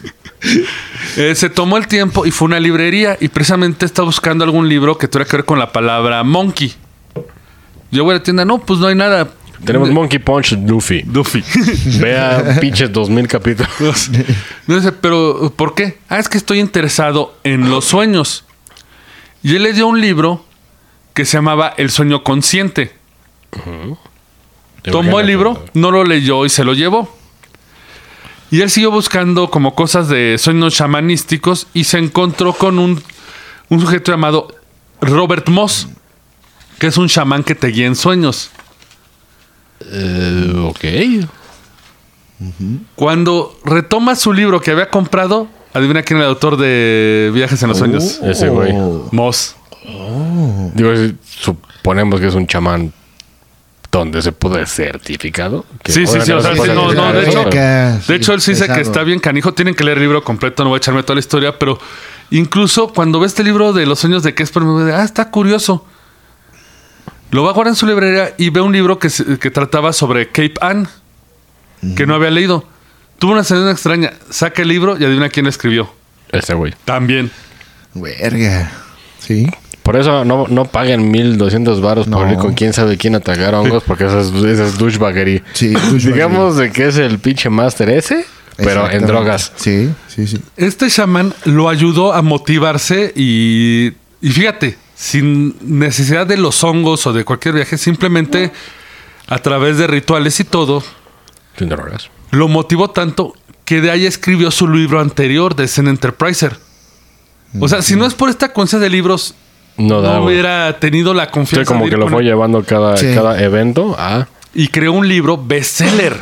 Se tomó el tiempo y fue a una librería y precisamente está buscando algún libro que tuviera que ver con la palabra monkey. Yo voy a la tienda, no, pues no hay nada. Tenemos Monkey Punch Luffy. Duffy. Vea pinches 2000 capítulos. No sé, pero ¿por qué? Es que estoy interesado en los sueños. Y él le dio un libro que se llamaba El sueño consciente. Tomó el libro, no lo leyó y se lo llevó. Y él siguió buscando como cosas de sueños chamanísticos y se encontró con un sujeto llamado Robert Moss, que es un chamán que te guía en sueños. Ok. Cuando retoma su libro que había comprado, adivina quién era el autor de Viajes en los Sueños. Ese güey. Moss. Digo, suponemos que es un chamán donde se puede certificado. Que Sí, sí, sí. O sea, sí, no, de hecho, Acá, de hecho, él sí dice pesado. que está bien canijo. Tienen que leer el libro completo, no voy a echarme toda la historia, pero incluso cuando ve este libro de los sueños de Kesper, me dice, está curioso. Lo va a guardar en su librería y ve un libro que trataba sobre Cape Ann, que no había leído. Tuvo una sensación extraña. Saca el libro y adivina quién lo escribió. Ese güey. También. Verga. Sí. Por eso no paguen 1,200 varos por No. ir con quién sabe quién a atacar hongos, porque esa es douchebaggery. Sí, douchebaggery. Digamos de que es el pinche máster ese, pero en Exactamente. drogas. Sí, sí, sí. Este chamán lo ayudó a motivarse y fíjate, sin necesidad de los hongos o de cualquier viaje, simplemente a través de rituales y todo, Sin drogas. lo motivó tanto que de ahí escribió su libro anterior de Zen Enterpriser. O sea, si no es por esta conciencia de libros, No da, güey. hubiera tenido la Sí, confianza como de ir que lo con fue él. llevando Sí. cada evento a... Y creó un libro bestseller.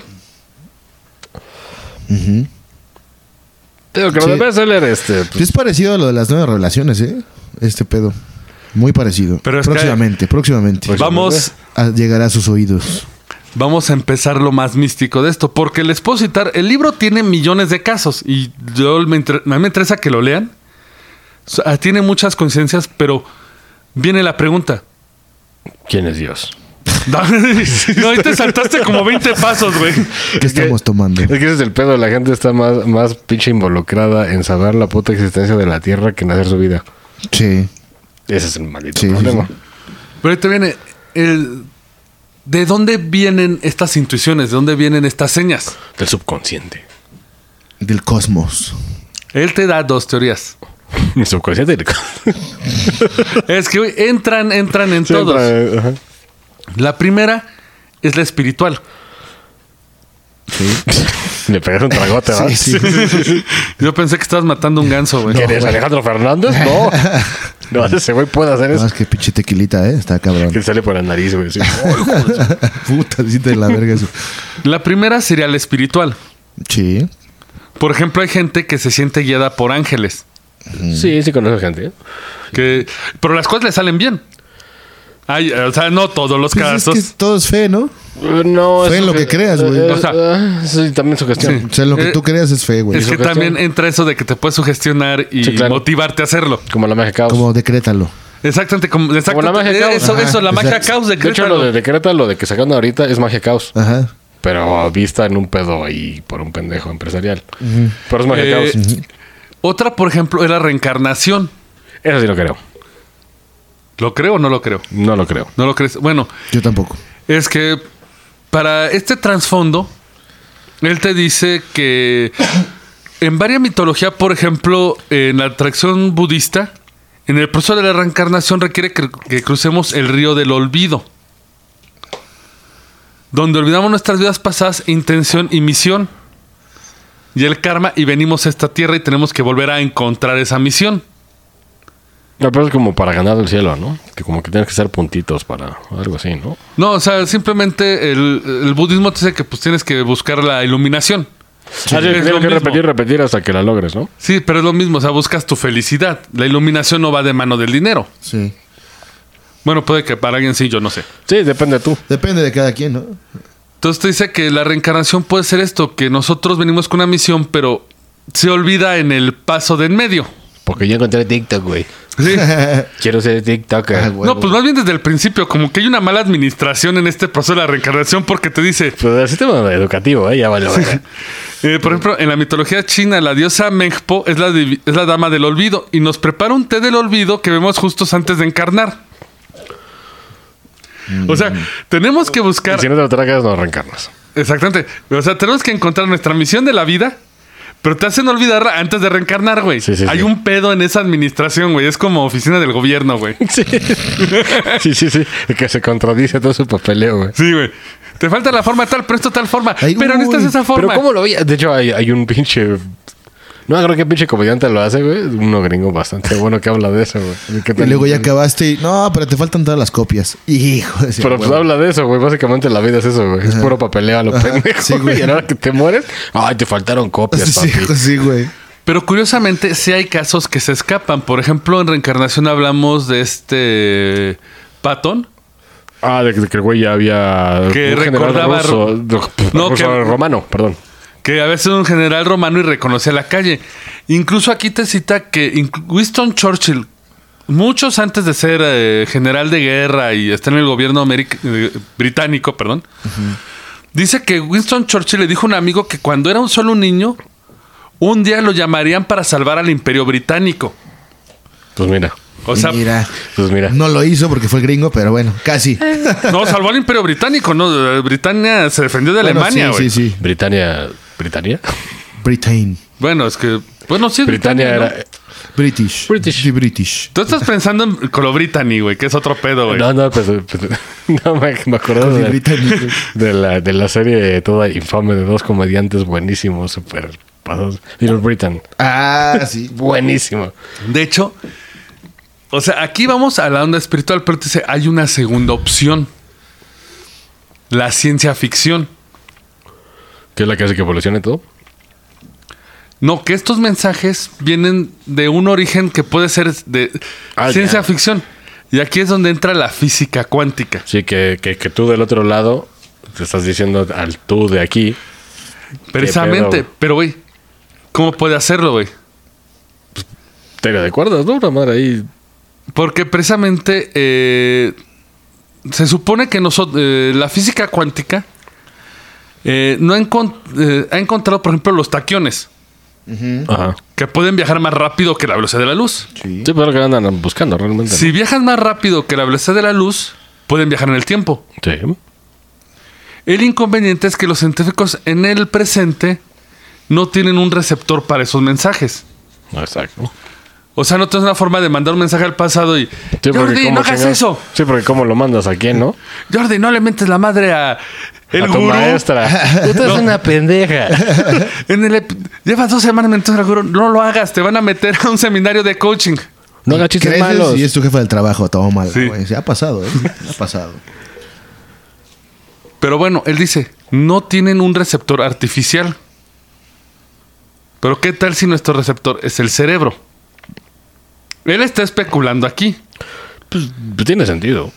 Digo que Sí. lo debe ser Sí, es parecido a lo de las nuevas revelaciones, ¿eh? Este pedo. Muy parecido. Pero es que- próximamente. Vamos Llegará a sus oídos. Vamos a empezar lo más místico de esto, porque les puedo citar, el libro tiene millones de casos y a mí me interesa que lo lean. Tiene muchas conciencias, pero viene la pregunta. ¿Quién es Dios? No, ahí te saltaste como 20 pasos, güey. ¿Qué estamos tomando? Es que ese es el pedo. La gente está más pinche involucrada en saber la puta existencia de la Tierra que en hacer su vida. Sí. Ese es el maldito Sí, sí, problema. sí. Pero ahí te viene ¿de dónde vienen estas intuiciones? ¿De dónde vienen estas señas? Del subconsciente. Del cosmos. Él te da dos teorías. El subconsciente. y el- Es que güey, entran en todos. Ajá. La primera es la espiritual. Le pegaron un tragote, ¿verdad? Sí, sí. Yo pensé que estabas matando un ganso, güey. ¿Quién es Alejandro Fernández? No. No, ese güey puede hacer No, eso. es que pinche tequilita, ¿eh? Está cabrón. Que sale por la nariz, güey. Sí. Puta, sí de la verga eso. La primera sería la espiritual. Sí. Por ejemplo, hay gente que se siente guiada por ángeles, Sí, sí conozco gente. pero las cosas le salen bien. O sea, no todos los Pues casos. es que todo es fe, ¿no? No, Fe en eso lo que creas, güey. O sea, sí, también su gestión. O sea, lo que tú creas es fe, güey. Es que sugestión. también entra eso de que te puedes sugestionar y Sí, claro. motivarte a hacerlo. Como la magia caos. Como decrétalo. Exactamente, como la magia caos. Eso, Ajá, la magia exacto. caos de hecho, decrétalo. lo de decreta, lo de que sacan ahorita es magia caos. Ajá. Pero vista en un pedo ahí por un pendejo empresarial. Pero es magia Eh, caos. Otra, por ejemplo, es la reencarnación. Eso sí lo creo. ¿Lo creo o no lo creo? No lo creo. ¿No lo crees? Bueno, Yo tampoco. es que para este trasfondo, él te dice que en varias mitologías, por ejemplo, en la tradición budista, en el proceso de la reencarnación requiere que crucemos el río del olvido, donde olvidamos nuestras vidas pasadas, intención y misión, y el karma, y venimos a esta tierra y tenemos que volver a encontrar esa misión. No, pero es como para ganar el cielo, ¿no? Que como que tienes que hacer puntitos para algo así, ¿no? No, o sea, simplemente el budismo te dice que pues tienes que buscar la iluminación. Ah, sí, Es lo tienes que mismo. repetir hasta que la logres, ¿no? Sí, pero es lo mismo, o sea, buscas tu felicidad. La iluminación no va de mano del dinero. Sí. Bueno, puede que para alguien sí, yo no sé. Sí, depende de tú. Depende de cada quien, ¿no? Entonces te dice que la reencarnación puede ser esto, que nosotros venimos con una misión, pero se olvida en el paso de en medio. Porque yo encontré TikTok, güey. Sí. Quiero ser TikToker. Ah, güey. No, pues más bien desde el principio, como que hay una mala administración en este proceso de la reencarnación porque te dice, Pues el sistema educativo, ¿eh? Ya vale. por ejemplo, en la mitología china, la diosa Mengpo es la dama del olvido y nos prepara un té del olvido que vemos justos antes de encarnar. O sea, tenemos que buscar... Si no te lo tragas, no reencarnas. Exactamente. O sea, tenemos que encontrar nuestra misión de la vida, Pero te hacen olvidar antes de reencarnar, güey. Sí, sí, Hay sí. un pedo en esa administración, güey. Es como oficina del gobierno, güey. Sí. Que se contradice todo su papeleo, güey. Sí, güey. Te falta la forma tal, pero esto tal forma. Ay, pero uy. necesitas esa forma. Pero ¿cómo lo veía? De hecho, hay un pinche... No, creo que el pinche comediante lo hace, güey. Uno gringo bastante bueno que habla de eso, güey. Y luego ya acabaste y... No, pero te faltan todas las copias. Hijo de... Pero pues habla de eso, güey. Básicamente la vida es eso, güey. Es puro papeleo a lo pendejo. Sí, güey. güey. Y a la hora que te mueres, ay, te faltaron copias, Sí, papi. sí, güey. Pero curiosamente, sí hay casos que se escapan. Por ejemplo, en Reencarnación hablamos de este Patton. Ah, de que el güey ya había... Que un general recordaba ruso, No, ruso, que- romano, perdón. Que a veces un general romano y reconocía la calle. Incluso aquí te cita que Winston Churchill, muchos antes de ser general de guerra y estar en el gobierno británico, perdón, dice que Winston Churchill le dijo a un amigo que cuando era solo un niño, un día lo llamarían para salvar al imperio británico. Pues mira. O sea, Pues mira. No lo hizo porque fue el gringo, pero bueno, casi. no, salvó al imperio británico, ¿no? Britania se defendió de Bueno, Alemania, güey. sí. ¿Britania? Britain. Bueno, es que... Bueno, sí es Britania Britania, ¿no? era... British. British. Sí, British. Tú estás pensando en Colo Britanny, güey, que es otro pedo, güey. No, pues no, me acuerdo Cody Britannic. de la serie toda infame de dos comediantes buenísimos, súper pasados. Little Britain. Ah, sí. Buenísimo. De hecho, o sea, aquí vamos a la onda espiritual, pero te dice, hay una segunda opción. La ciencia ficción. ¿Qué es la que hace que evolucione todo? No, que estos mensajes vienen de un origen que puede ser de Ah, ciencia ya. ficción. Y aquí es donde entra la física cuántica. Sí, que tú del otro lado te estás diciendo al tú de aquí. Precisamente. pedo? Pero, güey, ¿cómo puede hacerlo, güey? Teoría de cuerdas, ¿no? Una madre ahí. Porque precisamente se supone que la física cuántica no ha encontrado, por ejemplo, los taquiones, Ajá. que pueden viajar más rápido que la velocidad de la luz. Sí, pero que andan buscando realmente. ¿no? Si viajan más rápido que la velocidad de la luz, pueden viajar en el tiempo. Sí. El inconveniente es que los científicos en el presente no tienen un receptor para esos mensajes. Exacto. O sea, no tienes una forma de mandar un mensaje al pasado y... Sí, porque Jordi, ¿cómo no hagas chingados? eso. Sí, porque ¿cómo lo mandas a quién, no? Jordi, no le mentes la madre a el a tu gurú. maestra. Tú eres una pendeja. Llevas 2 semanas metiendo al gurú. No lo hagas. Te van a meter a un seminario de coaching. No hagas chistes Creces malos. y es tu jefa del trabajo, todo mal, Sí. güey. Se ha pasado, ¿eh? Ha pasado. Pero bueno, él dice, no tienen un receptor artificial. Pero ¿qué tal si nuestro receptor es el cerebro? Él está especulando aquí. Pues tiene sentido.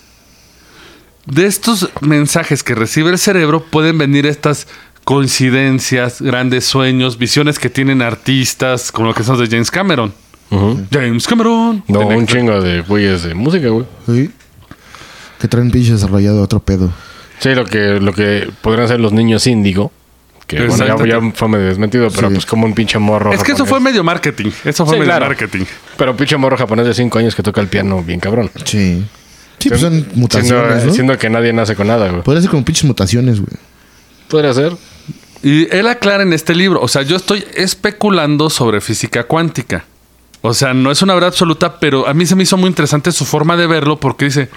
De estos mensajes que recibe el cerebro pueden venir estas coincidencias, grandes sueños, visiones que tienen artistas, como lo que son de James Cameron. Ujú. James Cameron. No, Tiene- un chingo de güeyes de música, güey. Sí. Que traen pinche desarrollado otro pedo. Sí, lo que podrían ser los niños índigo. Que bueno, Exacto. ya fue medio desmentido, pero Sí. pues como un pinche morro. Es que eso japonés. fue medio marketing. Eso fue Sí, medio claro. marketing. Pero pinche morro japonés de 5 años que toca el piano bien cabrón. Sí. Sí, pues son mutaciones, Siendo, ¿no? siendo que nadie nace con nada, güey. Podría ser como pinches mutaciones, güey. Podría ser. Y él aclara en este libro, o sea, yo estoy especulando sobre física cuántica. O sea, no es una verdad absoluta, pero a mí se me hizo muy interesante su forma de verlo porque dice,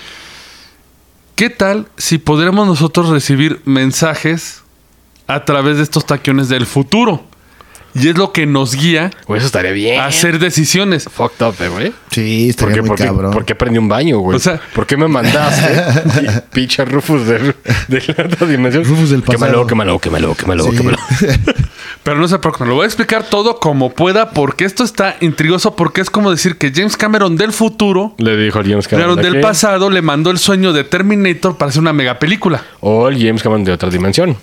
¿qué tal si podremos nosotros recibir mensajes a través de estos taquiones del futuro? Y es lo que nos guía Güey, eso estaría bien. a hacer decisiones. Fucked up, güey. Sí, estaría muy cabrón. ¿Por qué prendí un baño, güey? O sea- ¿por qué me mandaste? Y pinche Rufus de la otra dimensión. Rufus del pasado. Quémalo. Sí. Pero no se preocupen, lo voy a explicar todo como pueda porque esto está intrigoso porque es como decir que James Cameron del futuro, Le dijo el James Cameron. del ¿de qué? pasado, le mandó el sueño de Terminator para hacer una mega película. O el James Cameron de otra dimensión.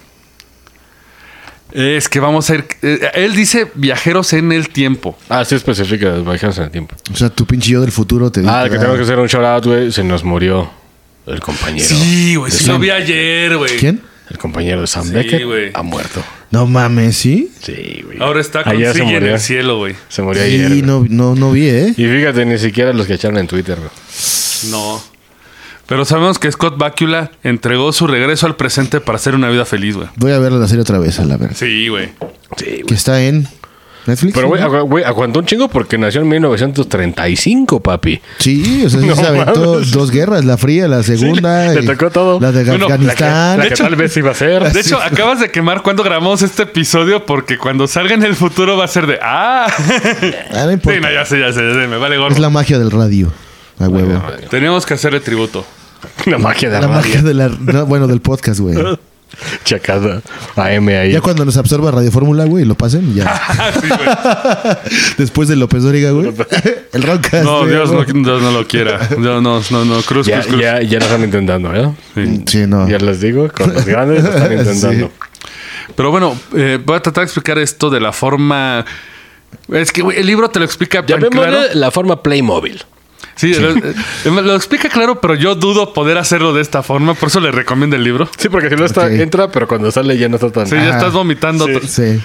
Es que vamos a ir... él dice viajeros en el tiempo. Ah, sí especifica los viajeros en el tiempo. O sea, tu pinche yo del futuro te Ah, dice. que tenemos que hacer un shout out, güey. Se nos murió el compañero. Sí, güey, de sí Sam. lo vi ayer, güey. ¿Quién? El compañero de Sam Sí, Beckett güey. ha muerto. No mames, ¿sí? Sí, güey. Ahora está con Ayer se Sigue en murió. el cielo, güey. Se murió ayer. Sí, güey. no vi, ¿eh? Y fíjate, ni siquiera los que echaron en Twitter, güey. No. Pero sabemos que Scott Bakula entregó su regreso al presente para hacer una vida feliz, güey. Voy a ver la serie otra vez, a la ver. Sí, güey. Sí, Que güey. está en Netflix. Pero, ¿sí? güey, aguantó un chingo porque nació en 1935, papi. Sí, o sea, sí No se aventó mames. 2 guerras, la fría, la segunda. le y tocó todo. La de Bueno, Afganistán. La que tal vez iba a ser. De hecho, acabas de quemar cuando grabamos este episodio porque cuando salga en el futuro va a ser de... ¡Ah! No importa. Sí, no, ya sé, me vale gorro. Es la magia del radio. A huevo. Teníamos que hacerle tributo. La magia de La la magia de la... no, bueno, del podcast, güey. Chacada. AM ahí. Ya cuando nos absorba Radio Fórmula, güey, lo pasen, ya. Sí, güey. Después de López Dóriga, güey. El Roncast. No, güey, Dios güey. no lo quiera. Dios, no, cruz. Ya lo están intentando, ¿eh? Sí, no. Ya les digo, con los grandes lo están intentando. Pero bueno, voy a tratar de explicar esto de la forma... Es que, güey, el libro te lo explica tan Llamémosle claro. la forma Playmobil. Sí, lo explica claro, pero yo dudo poder hacerlo de esta forma. Por eso le recomiendo el libro. Sí, porque si no está, Ok. entra, pero cuando sale ya no está tan... Sí, ya estás vomitando. Sí.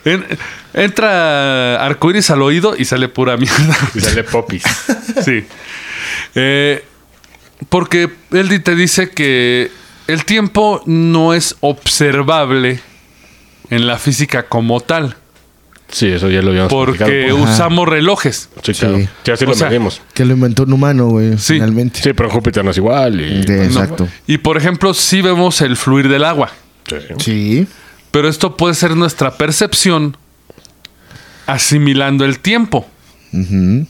Entra arcoíris al oído y sale pura mierda. Y sale popis. Sí. Porque él te dice que el tiempo no es observable en la física como tal. Sí, eso ya lo habíamos Porque platicado. usamos relojes. Sí, claro. Sí. Sí, así O lo sea, medimos. Que lo inventó un humano, güey, Sí. finalmente. Sí, pero en Júpiter no es igual. Y... De- ¿no? exacto. Y por ejemplo, sí vemos el fluir del agua. Sí. Sí. Pero esto puede ser nuestra percepción asimilando el tiempo. Ujú.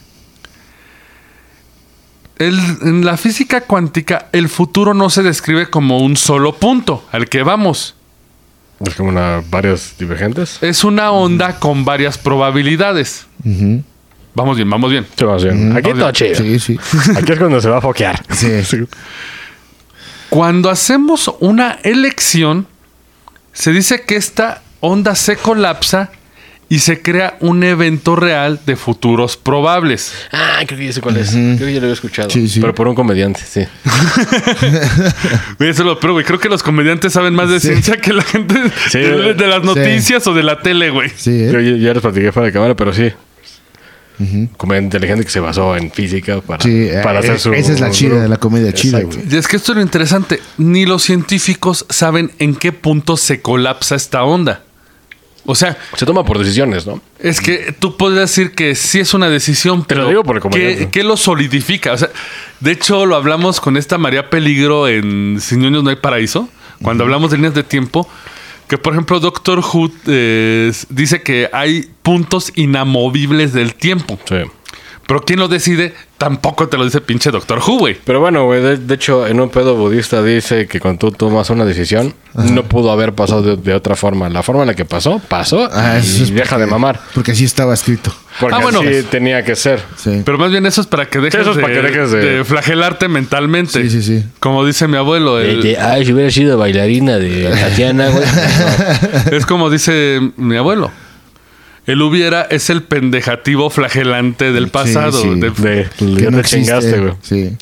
En la física cuántica, el futuro no se describe como un solo punto al que vamos. Es como varios divergentes. Es una onda con varias probabilidades. Ujú. Vamos bien, vamos bien. Sí, vamos bien. Aquí todo chido. Sí, sí. Aquí es cuando se va a foquear. Sí. Cuando hacemos una elección, se dice que esta onda se colapsa y se crea un evento real de futuros probables. Ah, creo que ya sé cuál es. Creo que ya lo había escuchado. Sí, sí. Pero por un comediante, sí. Güey, eso es lo peor, güey. Creo que los comediantes saben más de Sí. ciencia que la gente Sí. de las noticias o de la tele, güey. Sí, Yo ¿eh? ya les platiqué fuera de cámara, pero sí. Comediante inteligente que se basó en física para, Sí, para hacer su... esa es la chida de la comedia chida, Exacto. güey. Y es que esto es lo interesante. Ni los científicos saben en qué punto se colapsa esta onda. O sea, Se toma por decisiones, ¿no? es que tú podrías decir que sí es una decisión, pero lo digo por el comediante. ¿qué lo solidifica? O sea, de hecho, lo hablamos con esta María Peligro en Sin Ñoños No Hay Paraíso, cuando hablamos de líneas de tiempo, que por ejemplo Doctor Who dice que hay puntos inamovibles del tiempo. Sí. Pero ¿quién lo decide? Tampoco te lo dice pinche Doctor Who, güey. Pero bueno, güey, de hecho, en un pedo budista dice que cuando tú tomas una decisión, no pudo haber pasado de otra forma. La forma en la que pasó Ah, eso y es deja de mamar. Porque así estaba escrito. Porque bueno. así tenía que ser. Sí. Pero más bien eso es para que dejes, Eso es para que dejes de- flagelarte mentalmente. Sí, sí, sí. Como dice mi abuelo. Ay, si hubiera sido bailarina de Tatiana, güey. Es como dice mi abuelo. El hubiera es el pendejativo flagelante del pasado. sí. De- De, Que ya no te chingaste, existe. güey. Sí.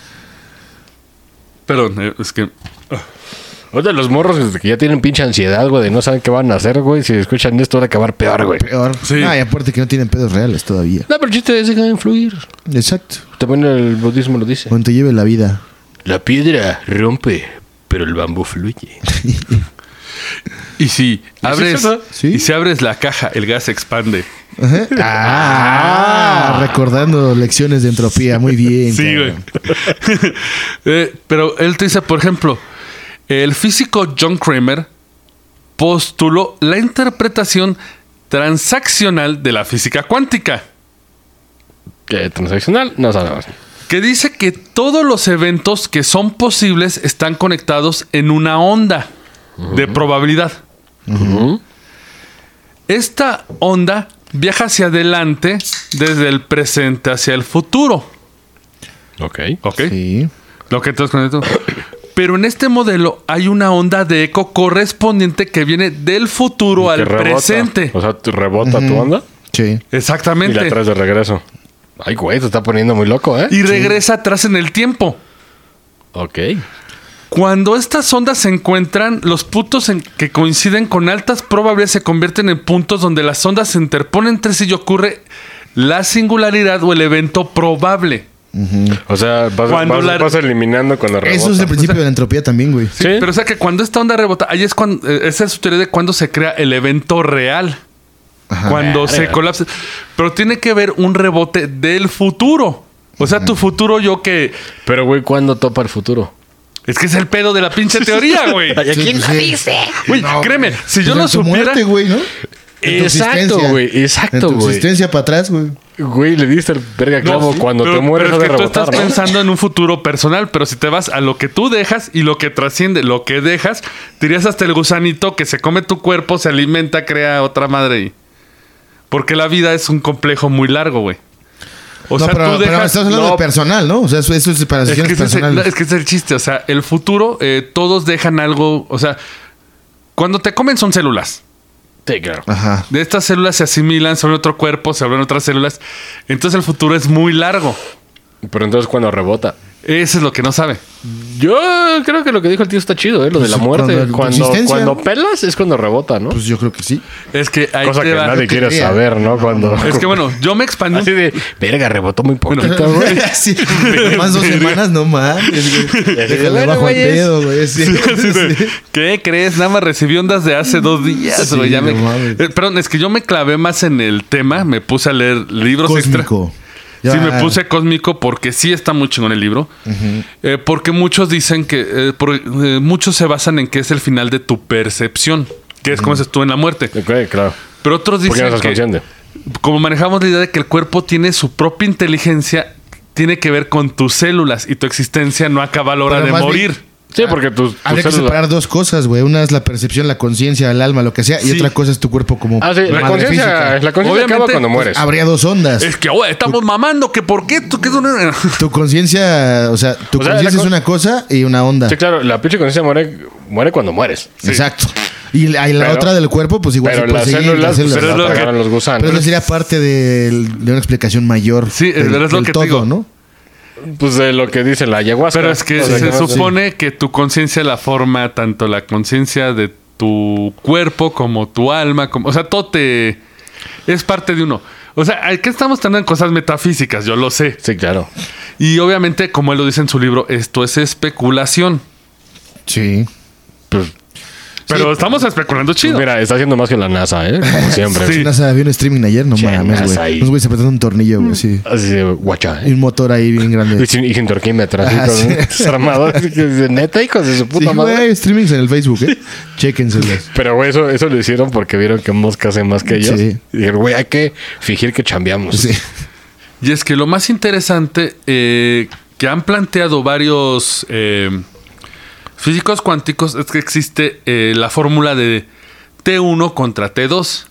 Perdón, es que... Oye, los morros que ya tienen pinche ansiedad, güey, de no saben qué van a hacer, güey. Si escuchan esto, va a acabar peor, güey. Peor. Sí. Ah, y aparte que no tienen pedos reales todavía. No, pero el chiste es dejar influir. Exacto. También el budismo lo dice. Cuando te lleve la vida. La piedra rompe, pero el bambú fluye. Y si abres, eso? Sí. y si abres la caja, el gas se expande. Ajá. Recordando lecciones de entropía. Muy bien. Sí, güey. cabrón. Pero él te dice, por ejemplo, el físico John Kramer postuló la interpretación transaccional de la física cuántica, ¿Qué transaccional? No sabemos. que dice que todos los eventos que son posibles están conectados en una onda de probabilidad. Esta onda viaja hacia adelante desde el presente hacia el futuro. Ok. ¿Ok? Sí. Lo que entonces con esto. Pero en este modelo hay una onda de eco correspondiente que viene del futuro Que al rebota. presente. O sea, rebota tu onda Sí. y la Exactamente. traes de regreso. Ay, güey, te está poniendo muy loco, ¿eh? Y regresa atrás en el tiempo. Ok. Cuando estas ondas se encuentran, los puntos que coinciden con altas probabilidades se convierten en puntos donde las ondas se interponen entre sí y ocurre la singularidad o el evento probable. O sea, vas eliminando cuando rebota. Eso es el principio de la entropía también, güey. Sí. Pero o sea que cuando esta onda rebota, ahí es cuando, esa es su teoría de cuando se crea el evento real. Cuando se colapsa. Pero tiene que haber un rebote del futuro. O sea, tu futuro yo que... Pero, güey, ¿cuándo topa el futuro? Es que es el pedo de la pinche teoría, güey. ¿Quién lo dice? Güey, créeme, si yo Pues lo en tu supiera... muerte, güey, ¿no? En tu Exacto, existencia. güey. En Exacto, tu güey. existencia para atrás, güey. Güey, le diste el verga clavo. Cuando te mueres pero ha es de que tú rebotar, estás ¿no? pensando en un futuro personal, pero si te vas a lo que tú dejas y lo que trasciende, lo que dejas, dirías hasta el gusanito que se come tu cuerpo, se alimenta, crea otra madre. Porque la vida es un complejo muy largo, güey. O No, sea, pero, tú pero dejas... estás hablando No, de personal, ¿no? O sea, eso es para es que decisiones ese es el- personales. es que ese es el chiste. O sea, el futuro, todos dejan algo... O sea, cuando te comen son células. Sí, claro. Ajá. De estas células se asimilan, se vuelven otro cuerpo, se vuelven otras células. Entonces el futuro es muy largo. Pero entonces cuando rebota. Eso es lo que no sabe. Yo creo que lo que dijo el tío está chido, ¿eh? Lo de la muerte. cuando- Cuando, existencia. cuando pelas es cuando rebota, ¿no? Pues yo creo que sí. Es que ahí Cosa te que va. nadie quiere creía. saber, ¿no? Cuando... Es que bueno, yo me expandí. Así de, verga, rebotó muy poquito, güey. Sí. Más 2 semanas, no mames. güey. Déjale Bueno, bajo el güeyes. pedo, güey. Sí. Así de, ¿qué crees? Nada más recibí ondas de hace 2 días, Sí, güey. Ya no mames. Perdón, es que yo me clavé más en el tema. Me puse a leer libros extra. Cósmico. Sí, Ya. me puse cósmico porque sí está muy chingón el libro. Porque muchos dicen que... muchos se basan en que es el final de tu percepción. Que es como se estuvo en la muerte. Ok, claro. Pero otros ¿Por qué no dicen estás que... consciente? Como manejamos la idea de que el cuerpo tiene su propia inteligencia, tiene que ver con tus células y tu existencia no acaba a la hora Pero de más morir. bien- Sí, porque tus Habría que células- separar dos cosas, güey. Una es la percepción, la conciencia, el alma, lo que sea. Y Sí. otra cosa es tu cuerpo como Ah, sí, la madre conciencia física. la conciencia Obviamente, acaba cuando mueres. Habría dos ondas. Es que, güey, estamos mamando, que por qué. ¿Tú qué es una- Tu conciencia, o sea, tu O sea, conciencia la es una cosa y una onda. Sí, claro, la pinche conciencia muere cuando mueres. Exacto. Y la Pero- otra del cuerpo, pues igual Pero se puede las seguir, células, pero es las lo que- tragaron los gusanos. Pero eso sería parte de una explicación mayor. Sí, del, es lo del que te todo, digo. ¿no? Pues de lo que dice la ayahuasca. Pero es que O sea, se que no sé. supone que tu conciencia la forma tanto la conciencia de tu cuerpo como tu alma. O sea, todo te... Es parte de uno. O sea, aquí estamos teniendo en cosas metafísicas, yo lo sé. Sí, claro. Y obviamente, como él lo dice en su libro, esto es especulación. Sí. Pero estamos especulando chido. Mira, está haciendo más que la NASA, ¿eh? Como siempre. Sí. NASA vio un streaming ayer, no Che, mames, NASA güey. ahí. Unos güeyes apretando un tornillo, güey, sí. Así de guacha, Y ¿eh? un motor ahí bien grande. Y sin torquímetro, así Ah, con sí. desarmador. Así que dice, neta, hijos de su Sí, puta madre. güey, streamings en el Facebook, ¿eh? Chéquenselas. Pero, güey, eso lo hicieron porque vieron que Mosca hace más que ellos. Sí. Y dijeron, güey, hay que fingir que chambeamos. Sí. Y es que lo más interesante que han planteado varios físicos cuánticos es que existe la fórmula de T1 contra T2.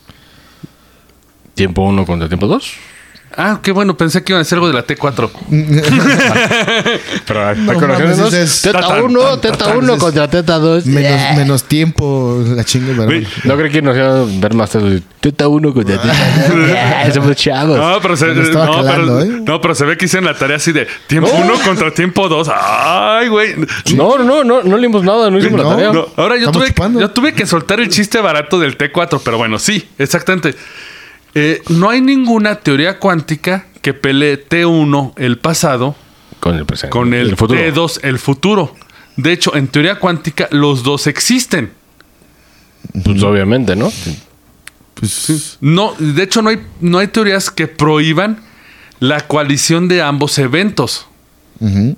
Tiempo 1 contra tiempo 2. Ah, qué bueno, pensé que iban a decir algo de la T4. Pero No ¿está mames, conociendo? ese es- Teta 1, Teta 1 contra Teta 2. Menos tiempo, la chinga, pero Güey, bueno. No creo que nos iban a ver más Teta 1 contra Teta 2. Somos chavos. No, pero se, Me lo estaba calando, ¿eh? no, pero se ve que hicieron la tarea así de tiempo 1 contra tiempo 2. Ay, güey. No leímos nada, no hicimos No, la tarea. No, ahora yo Estamos chupando. tuve que soltar el chiste barato del T4, pero bueno, sí, exactamente. No hay ninguna teoría cuántica que pelee T1 el pasado Con el presente. con el futuro. T2 el futuro. De hecho, en teoría cuántica los dos existen. Pues obviamente, ¿no? No, de hecho no hay teorías que prohíban la coalición de ambos eventos. Ujú.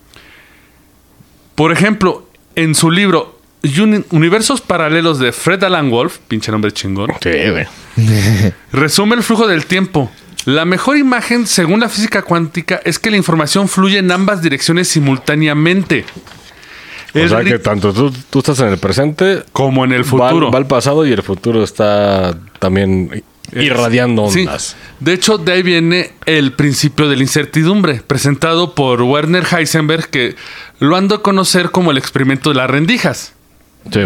Por ejemplo, en su libro Universos Paralelos de Fred Alan Wolf, pinche nombre chingón, Sí, güey. resume el flujo del tiempo. La mejor imagen, según la física cuántica, es que la información fluye en ambas direcciones simultáneamente. O El sea que rit- tanto tú estás en el presente como en el futuro. Va al pasado y el futuro está también irradiando Sí. ondas. De hecho, de ahí viene el principio de la incertidumbre, presentado por Werner Heisenberg, que lo han de conocer como el experimento de las rendijas. Sí.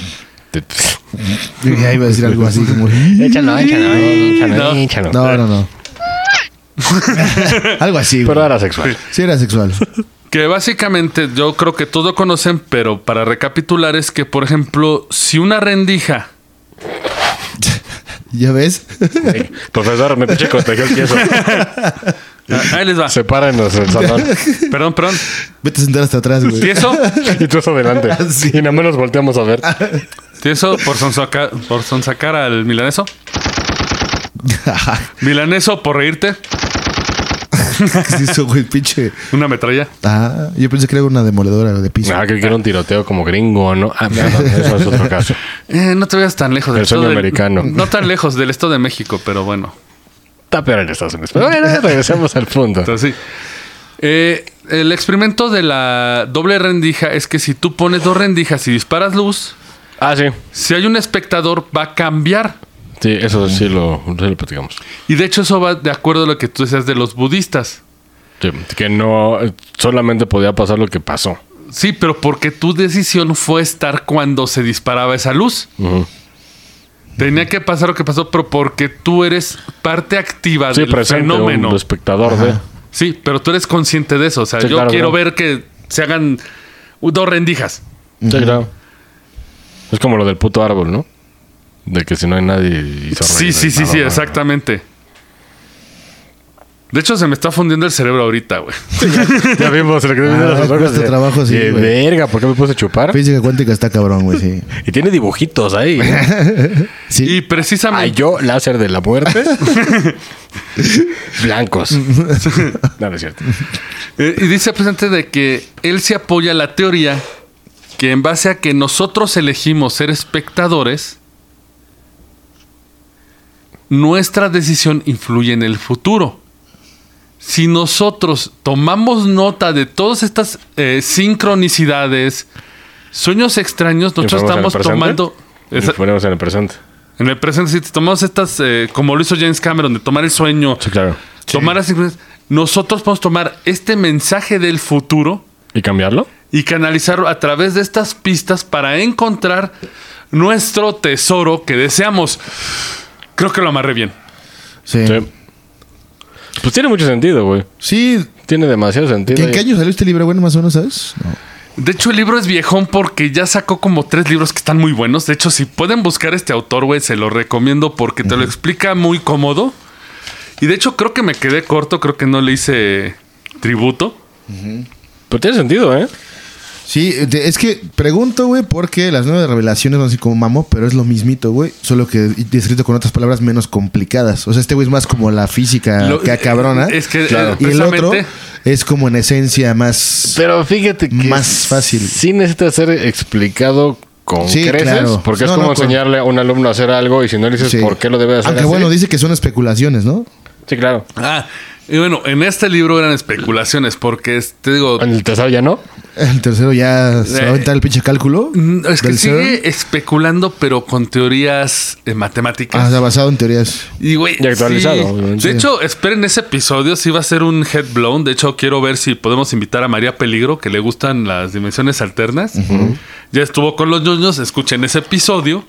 Ya iba a decir algo así como... Échalo. No. Algo así, güey. Pero era sexual. Sí era sexual. Que básicamente yo creo que todos conocen, pero para recapitular es que, por ejemplo, si una rendija... ¿Ya ves? Profesor, me pinche contagió el queso. Ahí les va. Sepárenos el salón. Perdón. Vete a sentar hasta atrás, güey. Tieso, Y tú adelante. Sí. Y nada más nos volteamos a ver. por sonsacar al milaneso. Milaneso, por reírte. ¿Qué es eso, güey? Pinche. Una metralla. Ah, yo pensé que era una demoledora de piso. Ah, que era un tiroteo como gringo, ¿no? Ah, no, eso es otro caso. No te veas tan lejos El sueño americano. No tan lejos del Estado de México, pero bueno. Está peor en Estados Unidos. Pero bueno, regresemos al punto. Entonces, sí. El experimento de la doble rendija es que si tú pones 2 rendijas y disparas luz, Ah, sí. si hay un espectador, va a cambiar. Sí, eso sí lo platicamos. Y de hecho eso va de acuerdo a lo que tú decías de los budistas. Sí, que no solamente podía pasar lo que pasó. Sí, pero porque tu decisión fue estar cuando se disparaba esa luz. Ujú. Tenía que pasar lo que pasó, pero porque tú eres parte activa Sí, del presente, fenómeno. un espectador de... Sí, pero tú eres consciente de eso. O sea, Sí, yo claro, quiero claro. ver que se hagan 2 rendijas. Sí, claro. Es como lo del puto árbol, ¿no? De que si no hay nadie hizo Sí, reír. sí, No. exactamente. De hecho, se me está fundiendo el cerebro ahorita, güey. Ya vimos, se le quedó viendo los ojos. cuesta trabajo, sí, de güey. verga, ¿por qué me puse a chupar? Física cuántica está cabrón, güey, sí. Y tiene dibujitos ahí. Sí. Y precisamente... Ay, yo, láser de la muerte. Blancos. No, no es cierto. Y dice precisamente de que él se apoya a la teoría que en base a que nosotros elegimos ser espectadores, nuestra decisión influye en el futuro. Si nosotros tomamos nota de todas estas sincronicidades, sueños extraños, nosotros estamos tomando... Y ponemos en el presente. En el presente, si tomamos estas, como lo hizo James Cameron, de tomar el sueño, Sí, claro. tomar las sincronicidades, nosotros podemos tomar este mensaje del futuro ¿Y cambiarlo? y canalizarlo a través de estas pistas para encontrar nuestro tesoro que deseamos. Creo que lo amarré bien. Sí. Sí. Pues tiene mucho sentido, güey. Sí. Tiene demasiado sentido. ¿En qué año salió este libro, bueno, más o menos, sabes? No. De hecho, el libro es viejón porque ya sacó como 3 libros que están muy buenos. De hecho, si pueden buscar este autor, güey, se lo recomiendo porque te lo explica muy cómodo. Y de hecho, creo que me quedé corto. Creo que no le hice tributo. Pero tiene sentido, ¿eh? Sí, es que pregunto, güey, porque las nuevas revelaciones no sé cómo mamo, pero es lo mismito, güey. Solo que descrito con otras palabras menos complicadas. O sea, este güey es más como la física que cabrona. Es que Claro. Y el otro precisamente... es como en esencia más... Pero fíjate que... Más fácil. Sí necesita ser explicado con Sí, creces. claro. Porque es No, como no, con- enseñarle a un alumno a hacer algo y si no le dices Sí. por qué lo debe hacer Aunque así. bueno, dice que son especulaciones, ¿no? Sí, claro. Y bueno, en este libro eran especulaciones porque, te digo... En el tercero ya no. El tercero ya se va a aventar el pinche cálculo. Es que del sigue CERN. especulando, pero con teorías matemáticas. Ah, o sea, basado en teorías. Y, güey, Y actualizado, sí. obviamente. De hecho, esperen ese episodio. Sí va a ser un head blown. De hecho, quiero ver si podemos invitar a María Peligro, que le gustan las dimensiones alternas. Ya estuvo con los ñoños. Escuchen ese episodio.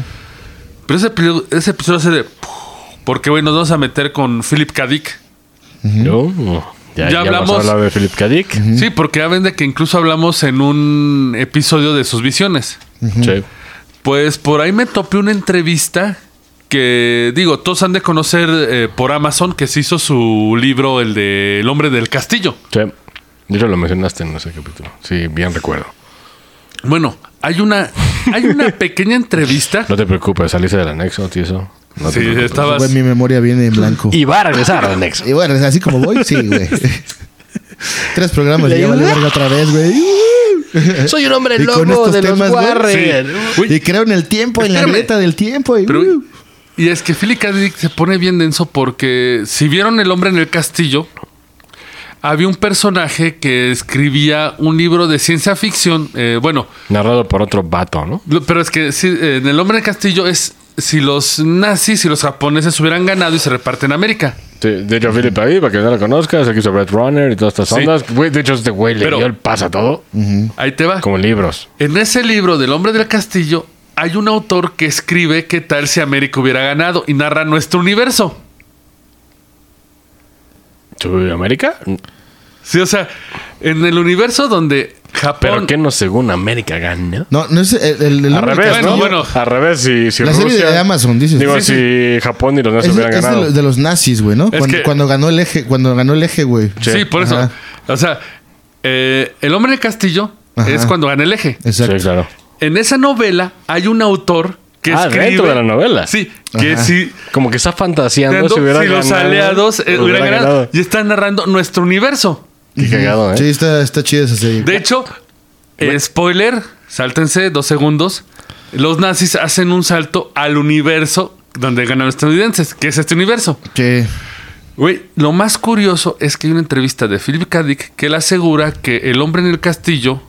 Pero ese episodio hace de... Porque, güey, nos vamos a meter con Philip K. Dick. No. Ya hablamos- hemos hablado de Philip K. Dick. Sí, porque ya ven de que incluso hablamos en un episodio de sus visiones. Sí. Pues por ahí me topé una entrevista que, digo, todos han de conocer por Amazon, que se hizo su libro, el de El hombre del castillo. Sí. De hecho, lo mencionaste en ese capítulo. Sí, bien recuerdo. Bueno, hay una pequeña entrevista. No te preocupes, saliste del anexo, tío, eso. No te Sí, preocupes. estabas... Güey, mi memoria viene en blanco. Y va a regresar al anexo. Y bueno, así como voy, sí, güey. 3 programas y ya vale verga otra vez, güey. Soy un hombre Y con lobo estos de los temas, güey, Warren. sí. Uy. Y creo en el tiempo, en la Espérame. grieta del tiempo. Y, Pero, y es que Philip K. Dick se pone bien denso porque si vieron El hombre en el castillo, había un personaje que escribía un libro de ciencia ficción. Bueno, Narrado por otro vato, ¿no? pero es que sí, en El hombre en el castillo es si los nazis y los japoneses hubieran ganado y se reparten América. Sí, de hecho, Philip ahí, para que no lo conozcas, el que hizo Red Runner y todas estas Sí. ondas. Güey, de hecho, este güey le Pero- dio el pasa todo. Ahí te va. Como libros. En ese libro del hombre del castillo hay un autor que escribe qué tal si América hubiera ganado y narra nuestro universo. ¿América? Sí, o sea, en el universo donde Japón... ¿Pero qué no según América gana? No, no es el Al hombre revés, del ¿no? castillo. bueno. Al revés, si La serie Rusia... de Amazon, dices. Digo, Sí, si Japón y los nazis Es, hubieran es de, ganado. de los nazis, güey, ¿no? Es Cuando, que- cuando ganó el eje, güey. Sí, por eso. Ajá. O sea, el hombre del castillo Ajá. es cuando gana el eje. Exacto. Sí, claro. En esa novela hay un autor que dentro de la novela. Sí, que sí. Como que está fantaseando si hubiera los ganado, aliados hubieran ganado. Y está narrando nuestro universo. Qué cagado, Sí, está chida esa serie. De hecho, spoiler, sáltense 2 segundos. Los nazis hacen un salto al universo donde ganan los estadounidenses, que es este universo. Sí. Güey, lo más curioso es que hay una entrevista de Philip K. Dick que él asegura que El hombre en el castillo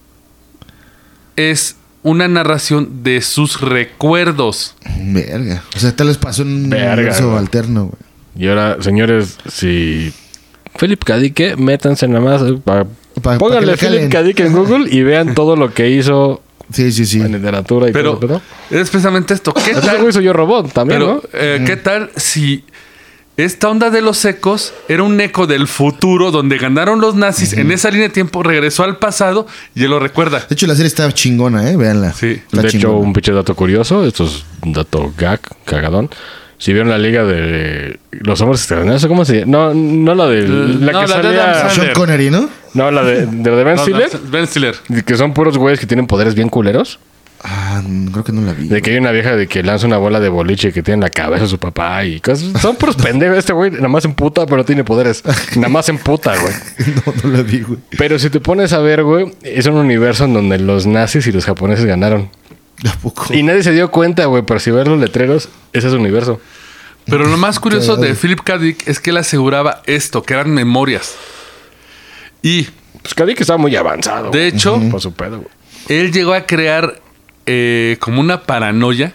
es una narración de sus recuerdos. Verga. O sea, tal vez pasó en un Verga, universo güey. alterno, güey. Y ahora, señores, si Philip K. Dick, métanse nada más. Pa' que Pónganle le Philip calen. K. Dick en Google y vean todo lo que hizo Sí. en literatura y Pero todo. es precisamente esto. ¿Qué Ese tal? güey soy yo robot también, Pero, ¿no? ¿qué tal si esta onda de los ecos era un eco del futuro donde ganaron los nazis? En esa línea de tiempo regresó al pasado y él lo recuerda. De hecho, la serie está chingona, véanla. Sí. Está De hecho, chingona. un pinche dato curioso. Esto es un dato cagadón. Si vieron la liga de los hombres extraordinarios, ¿cómo se llama? No la de la No, que la de salía. Adam Sean Connery, ¿no? No, la de Ben No, Stiller. Ben Stiller. Que son puros güeyes que tienen poderes bien culeros. Creo que no la vi. De que hay una vieja de que lanza una bola de boliche que tiene en la cabeza a su papá y cosas. Son puros pendejos. Este güey nada más emputa, pero tiene poderes. Nada más emputa, güey. No la vi, güey. Pero si te pones a ver, güey, es un universo en donde los nazis y los japoneses ganaron. ¿A poco? Y nadie se dio cuenta, güey, pero si ves los letreros, ese es su universo. Pero lo más curioso de Philip K. Dick es que él aseguraba esto, que eran memorias. Y, Pues K. Dick estaba muy avanzado. de hecho, Por su pedo, güey. él llegó a crear como una paranoia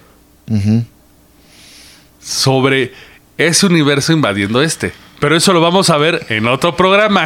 sobre ese universo invadiendo este. Pero eso lo vamos a ver en otro programa.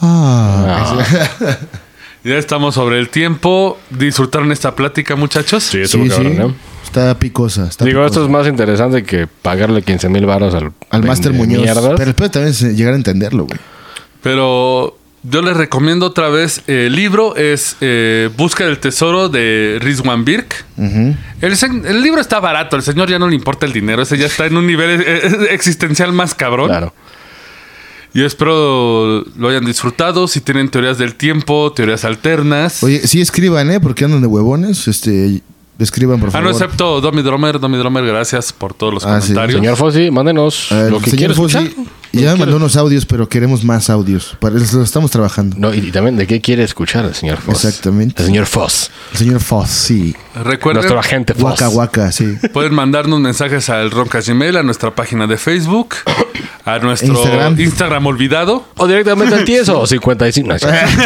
Ya estamos sobre el tiempo. ¿Disfrutaron esta plática, muchachos? Sí, estuvo cabrón, ¿no? Está picosa. Digo, esto es más interesante que pagarle 15,000 varos al Máster Muñoz. mierdas. Pero espero también llegar a entenderlo, güey. Pero yo les recomiendo otra vez. El libro es Busca del Tesoro de Rizwan Birk. El libro está barato. Al señor ya no le importa el dinero. Ese ya está en un nivel existencial más cabrón. Claro. Yo espero lo hayan disfrutado. Si tienen teorías del tiempo, teorías alternas. Oye, sí escriban, porque andan de huevones. Escriban, por favor. No, excepto Domi Dromer, gracias por todos los Sí. comentarios. Señor Fossi, mándenos lo que quiera señor Fossi escuchar. ya me mandó unos audios, pero queremos más audios. Para eso lo estamos trabajando. No, y también de qué quiere escuchar el señor Foss. Exactamente. El señor Foss. El señor Foss, sí. Recuerden, Nuestro agente Foss. Waka Waka, sí. pueden mandarnos mensajes al Roncast Gmail, a nuestra página de Facebook, a nuestro Instagram olvidado. O directamente al tieso. 55. No,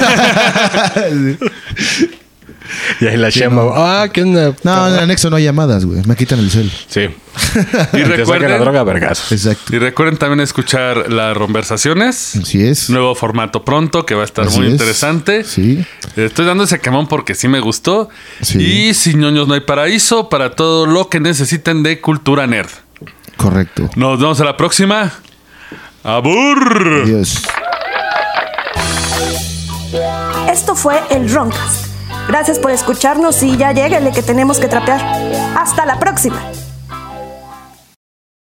y ahí la chamba. ¿Qué onda? No, en el anexo no hay llamadas, güey. Me quitan el cel. Sí. Y Te sacan la recuerden, droga, vergas. Exacto. y recuerden también escuchar las conversaciones. Así es. Nuevo formato pronto que va a estar Así muy es. interesante. Sí. Estoy dando ese quemón porque sí me gustó. Sí. Y sin ñoños no hay paraíso para todo lo que necesiten de cultura nerd. Correcto. Nos vemos a la próxima. ¡Abur! Adiós. Esto fue el Roncast. Gracias por escucharnos y ya lléguele que tenemos que trapear. ¡Hasta la próxima!